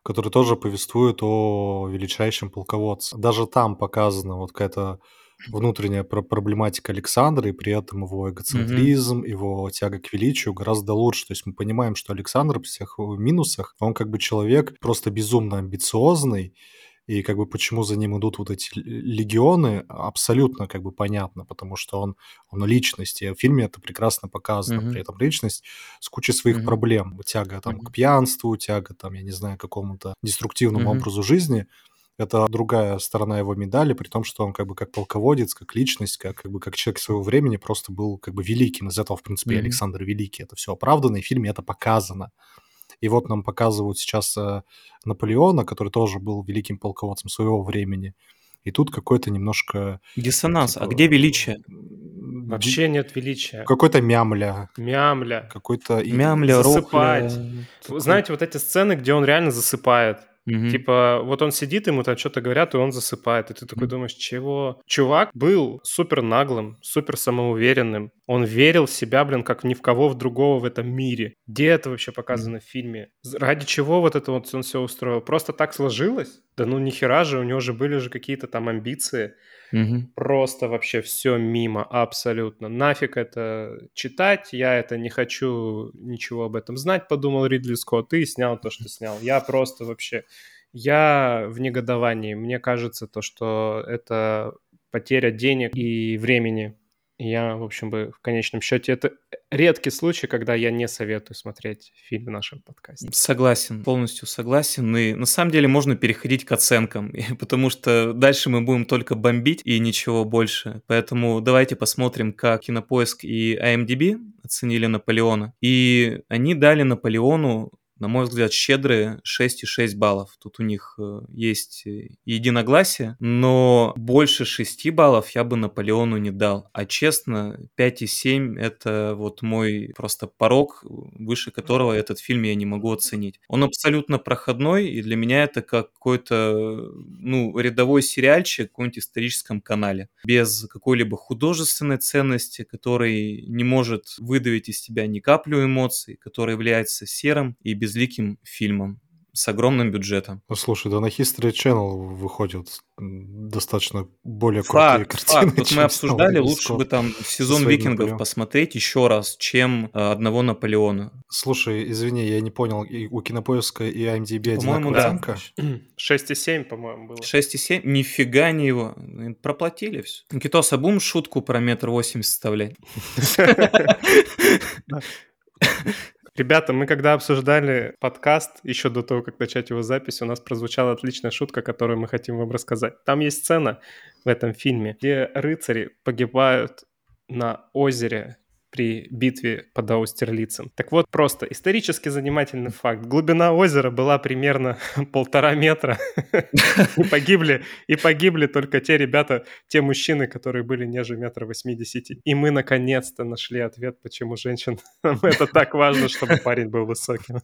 который тоже повествует о величайшем полководце. Даже там показана вот какая-то внутренняя проблематика Александра, и при этом его эгоцентризм, его тяга к величию гораздо лучше. То есть мы понимаем, что Александр при всех его минусах, он как бы человек просто безумно амбициозный, и как бы почему за ним идут вот эти легионы, абсолютно как бы понятно, потому что он личность, и в фильме это прекрасно показано. При этом личность с кучей своих проблем. Тяга там к пьянству, тяга там, я не знаю, к какому-то деструктивному образу жизни. Это другая сторона его медали, при том, что он как бы как полководец, как личность, как бы как человек своего времени просто был как бы великим. Из этого, в принципе, Александр Великий. Это все оправдано, и в фильме это показано. И вот нам показывают сейчас Наполеона, который тоже был великим полководцем своего времени. И тут какой-то немножко... Диссонанс. А где величие? Вообще нет величия. Какой-то мямля. Мямля. Какой-то... Мямля, засыпать. рохля. Знаете, вот эти сцены, где он реально засыпает. Типа, вот он сидит, ему там что-то говорят, и он засыпает. И ты такой думаешь, чего? Чувак был супер наглым, супер самоуверенным. Он верил в себя, как ни в кого в другого в этом мире. Где это вообще показано в фильме? Ради чего вот это вот он все устроил? Просто так сложилось? Да ну нихера же, у него же были же какие-то там амбиции. Просто вообще все мимо, абсолютно. Нафиг это читать, я это не хочу ничего об этом знать, подумал Ридли Скотт, и снял то, что снял. Я просто вообще, я в негодовании. Мне кажется, то, что это потеря денег и времени. Я, в общем, в конечном счете, это редкий случай, когда я не советую смотреть фильм в нашем подкасте. Согласен, полностью согласен. И на самом деле можно переходить к оценкам, потому что дальше мы будем только бомбить и ничего больше. Поэтому давайте посмотрим, как Кинопоиск и IMDb оценили Наполеона. И они дали Наполеону, на мой взгляд, щедрые 6,6 баллов. Тут у них есть единогласие, но больше 6 баллов я бы Наполеону не дал. А честно, 5,7 это вот мой просто порог, выше которого этот фильм я не могу оценить. Он абсолютно проходной, и для меня это как какой-то, рядовой сериальчик в каком-нибудь историческом канале. Без какой-либо художественной ценности, который не может выдавить из тебя ни каплю эмоций, который является серым и безликим фильмом с огромным бюджетом. Слушай, да на History Channel выходят достаточно более крутые картины. Вот мы обсуждали, лучше бы там сезон «Викингов» посмотреть еще раз, чем «Одного Наполеона». Слушай, извини, я не понял, у Кинопоиска и IMDb одинаковая оценка? 6,7, по-моему, было. 6,7? Нифига не его. Проплатили все. Никитос, а будем шутку про 1,80 м вставлять? Ребята, мы когда обсуждали подкаст, еще до того, как начать его запись, у нас прозвучала отличная шутка, которую мы хотим вам рассказать. Там есть сцена в этом фильме, где рыцари погибают на озере при битве под Аустерлицем. Так вот, просто исторически занимательный факт. Глубина озера была примерно 1,5 метра. И погибли только те ребята, те мужчины, которые были ниже 1,80 м. И мы наконец-то нашли ответ, почему женщинам это так важно, чтобы парень был высоким.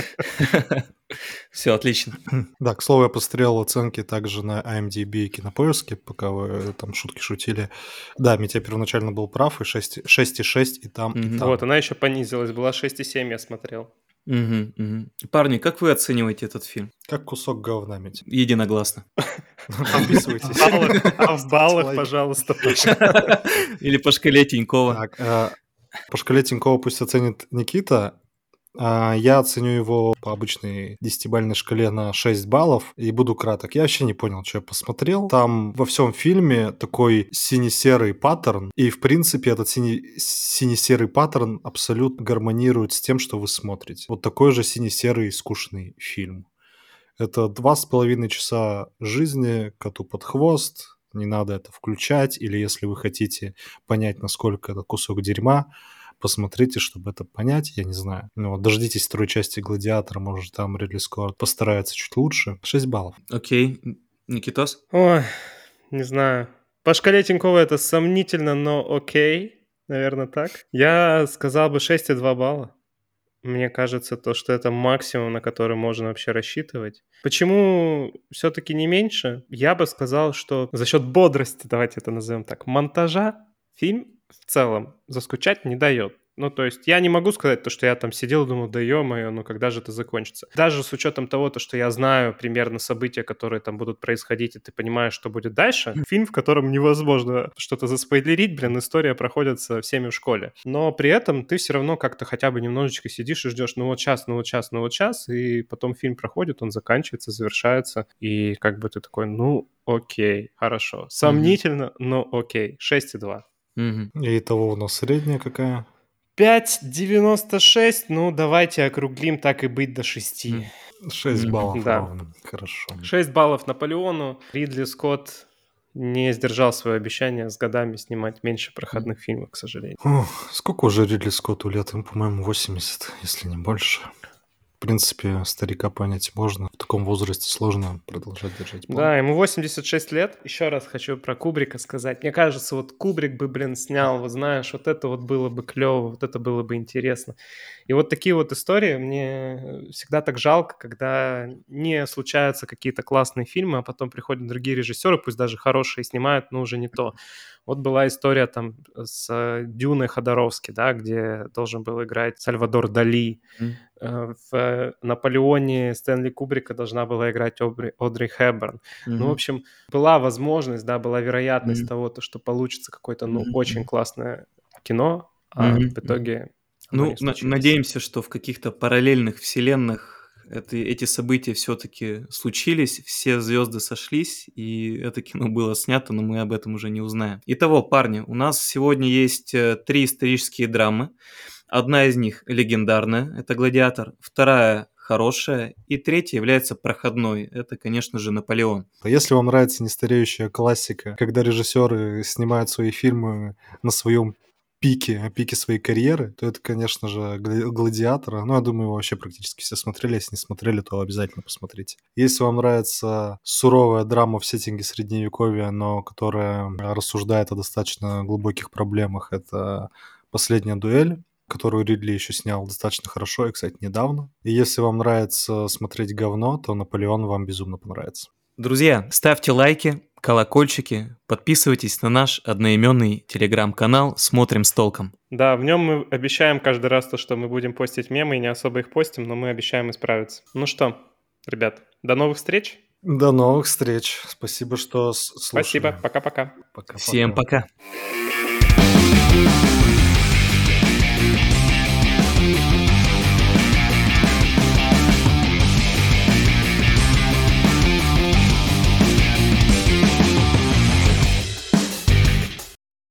Все, отлично. Да, к слову, я посмотрел оценки также на IMDb и Кинопоиске, пока вы там шутки шутили. Да, Митя первоначально был прав, и 6,6 и там, и там. Вот, она еще понизилась, была 6,7, я смотрел. Парни, как вы оцениваете этот фильм? Как кусок говна, Митя. Единогласно. Подписывайтесь. А в баллах, пожалуйста. Или по шкале Тинькова. Так, по шкале Тинькова пусть оценит Никита. Я оценю его по обычной 10-бальной шкале на 6 баллов и буду краток. Я вообще не понял, что я посмотрел. Там во всем фильме такой сине-серый паттерн, и в принципе этот сине-серый паттерн абсолютно гармонирует с тем, что вы смотрите. Вот такой же сине-серый скучный фильм. Это 2,5 часа жизни коту под хвост. Не надо это включать, или если вы хотите понять, насколько это кусок дерьма, посмотрите, чтобы это понять, я не знаю. Дождитесь второй части «Гладиатора», может, там Ридли Скотт постарается чуть лучше. 6 баллов. Окей. Никитос? Ой, не знаю. По шкале Тинькова это сомнительно, но окей. Наверное, так. Я сказал бы 6,2 балла. Мне кажется, что это максимум, на который можно вообще рассчитывать. Почему все-таки не меньше? Я бы сказал, что за счет бодрости, давайте это назовем так, монтажа фильм в целом заскучать не дает. Ну, то есть я не могу сказать то, что я там сидел и думал, да ё-моё, ну когда же это закончится? Даже с учетом того, то, что я знаю примерно события, которые там будут происходить, и ты понимаешь, что будет дальше, фильм, в котором невозможно что-то заспойлерить, блин, история проходит со всеми в школе. Но при этом ты все равно как-то хотя бы немножечко сидишь и ждешь, ну вот час, ну вот час, ну вот час, и потом фильм проходит, он заканчивается, завершается, и как бы ты такой, ну окей, хорошо. Сомнительно, но окей. 6,2. Мгм. И итого у нас средняя какая? 5,96, ну давайте округлим так и быть до 6. М. 6 баллов Да. ровно. Хорошо. 6 баллов Наполеону. Ридли Скотт не сдержал свое обещание с годами снимать меньше проходных фильмов, к сожалению. Ох, сколько уже Ридли Скотту лет? Ему, по-моему, 80, если не больше. В принципе, старика понять можно. В таком возрасте сложно продолжать держать план. Да, ему 86 лет. Еще раз хочу про Кубрика сказать. Мне кажется, вот Кубрик бы, блин, снял, вот знаешь, вот это вот было бы клево, вот это было бы интересно. И вот такие вот истории мне всегда так жалко, когда не случаются какие-то классные фильмы, а потом приходят другие режиссеры, пусть даже хорошие, снимают, но уже не то. Вот была история там с Дюной Ходоровски, да, где должен был играть Сальвадор Дали. М. В «Наполеоне» Стэнли Кубрика должна была играть Одри Хепберн. Ну, в Мгм. общем, была возможность, да, была вероятность Мгм. того, что получится какое-то, ну, Мгм. очень Мгм. классное кино, а Мгм. в итоге оно не Ну, случилось. надеемся, что в каких-то параллельных вселенных эти события все-таки случились, все звезды сошлись, и это кино было снято, но мы об этом уже не узнаем. Итого, парни, у нас сегодня есть 3 исторические драмы. Одна из них легендарная, это «Гладиатор», вторая хорошая, и третья является проходной, это, конечно же, «Наполеон». А если вам нравится нестареющая классика, когда режиссеры снимают свои фильмы на своем пике своей карьеры, то это, конечно же, «Гладиатор». Ну, я думаю, его вообще практически все смотрели. Если не смотрели, то обязательно посмотрите. Если вам нравится суровая драма в сеттинге Средневековья, но которая рассуждает о достаточно глубоких проблемах, это «Последняя дуэль», которую Ридли еще снял достаточно хорошо и, кстати, недавно. И если вам нравится смотреть говно, то «Наполеон» вам безумно понравится. Друзья, ставьте лайки, колокольчики, подписывайтесь на наш одноименный телеграм-канал «Смотрим с толком». Да, в нем мы обещаем каждый раз то, что мы будем постить мемы, и не особо их постим, но мы обещаем исправиться. Ну что, ребят, до новых встреч. До новых встреч. Спасибо, что Спасибо, слушали. пока-пока. Всем Пока-пока. пока.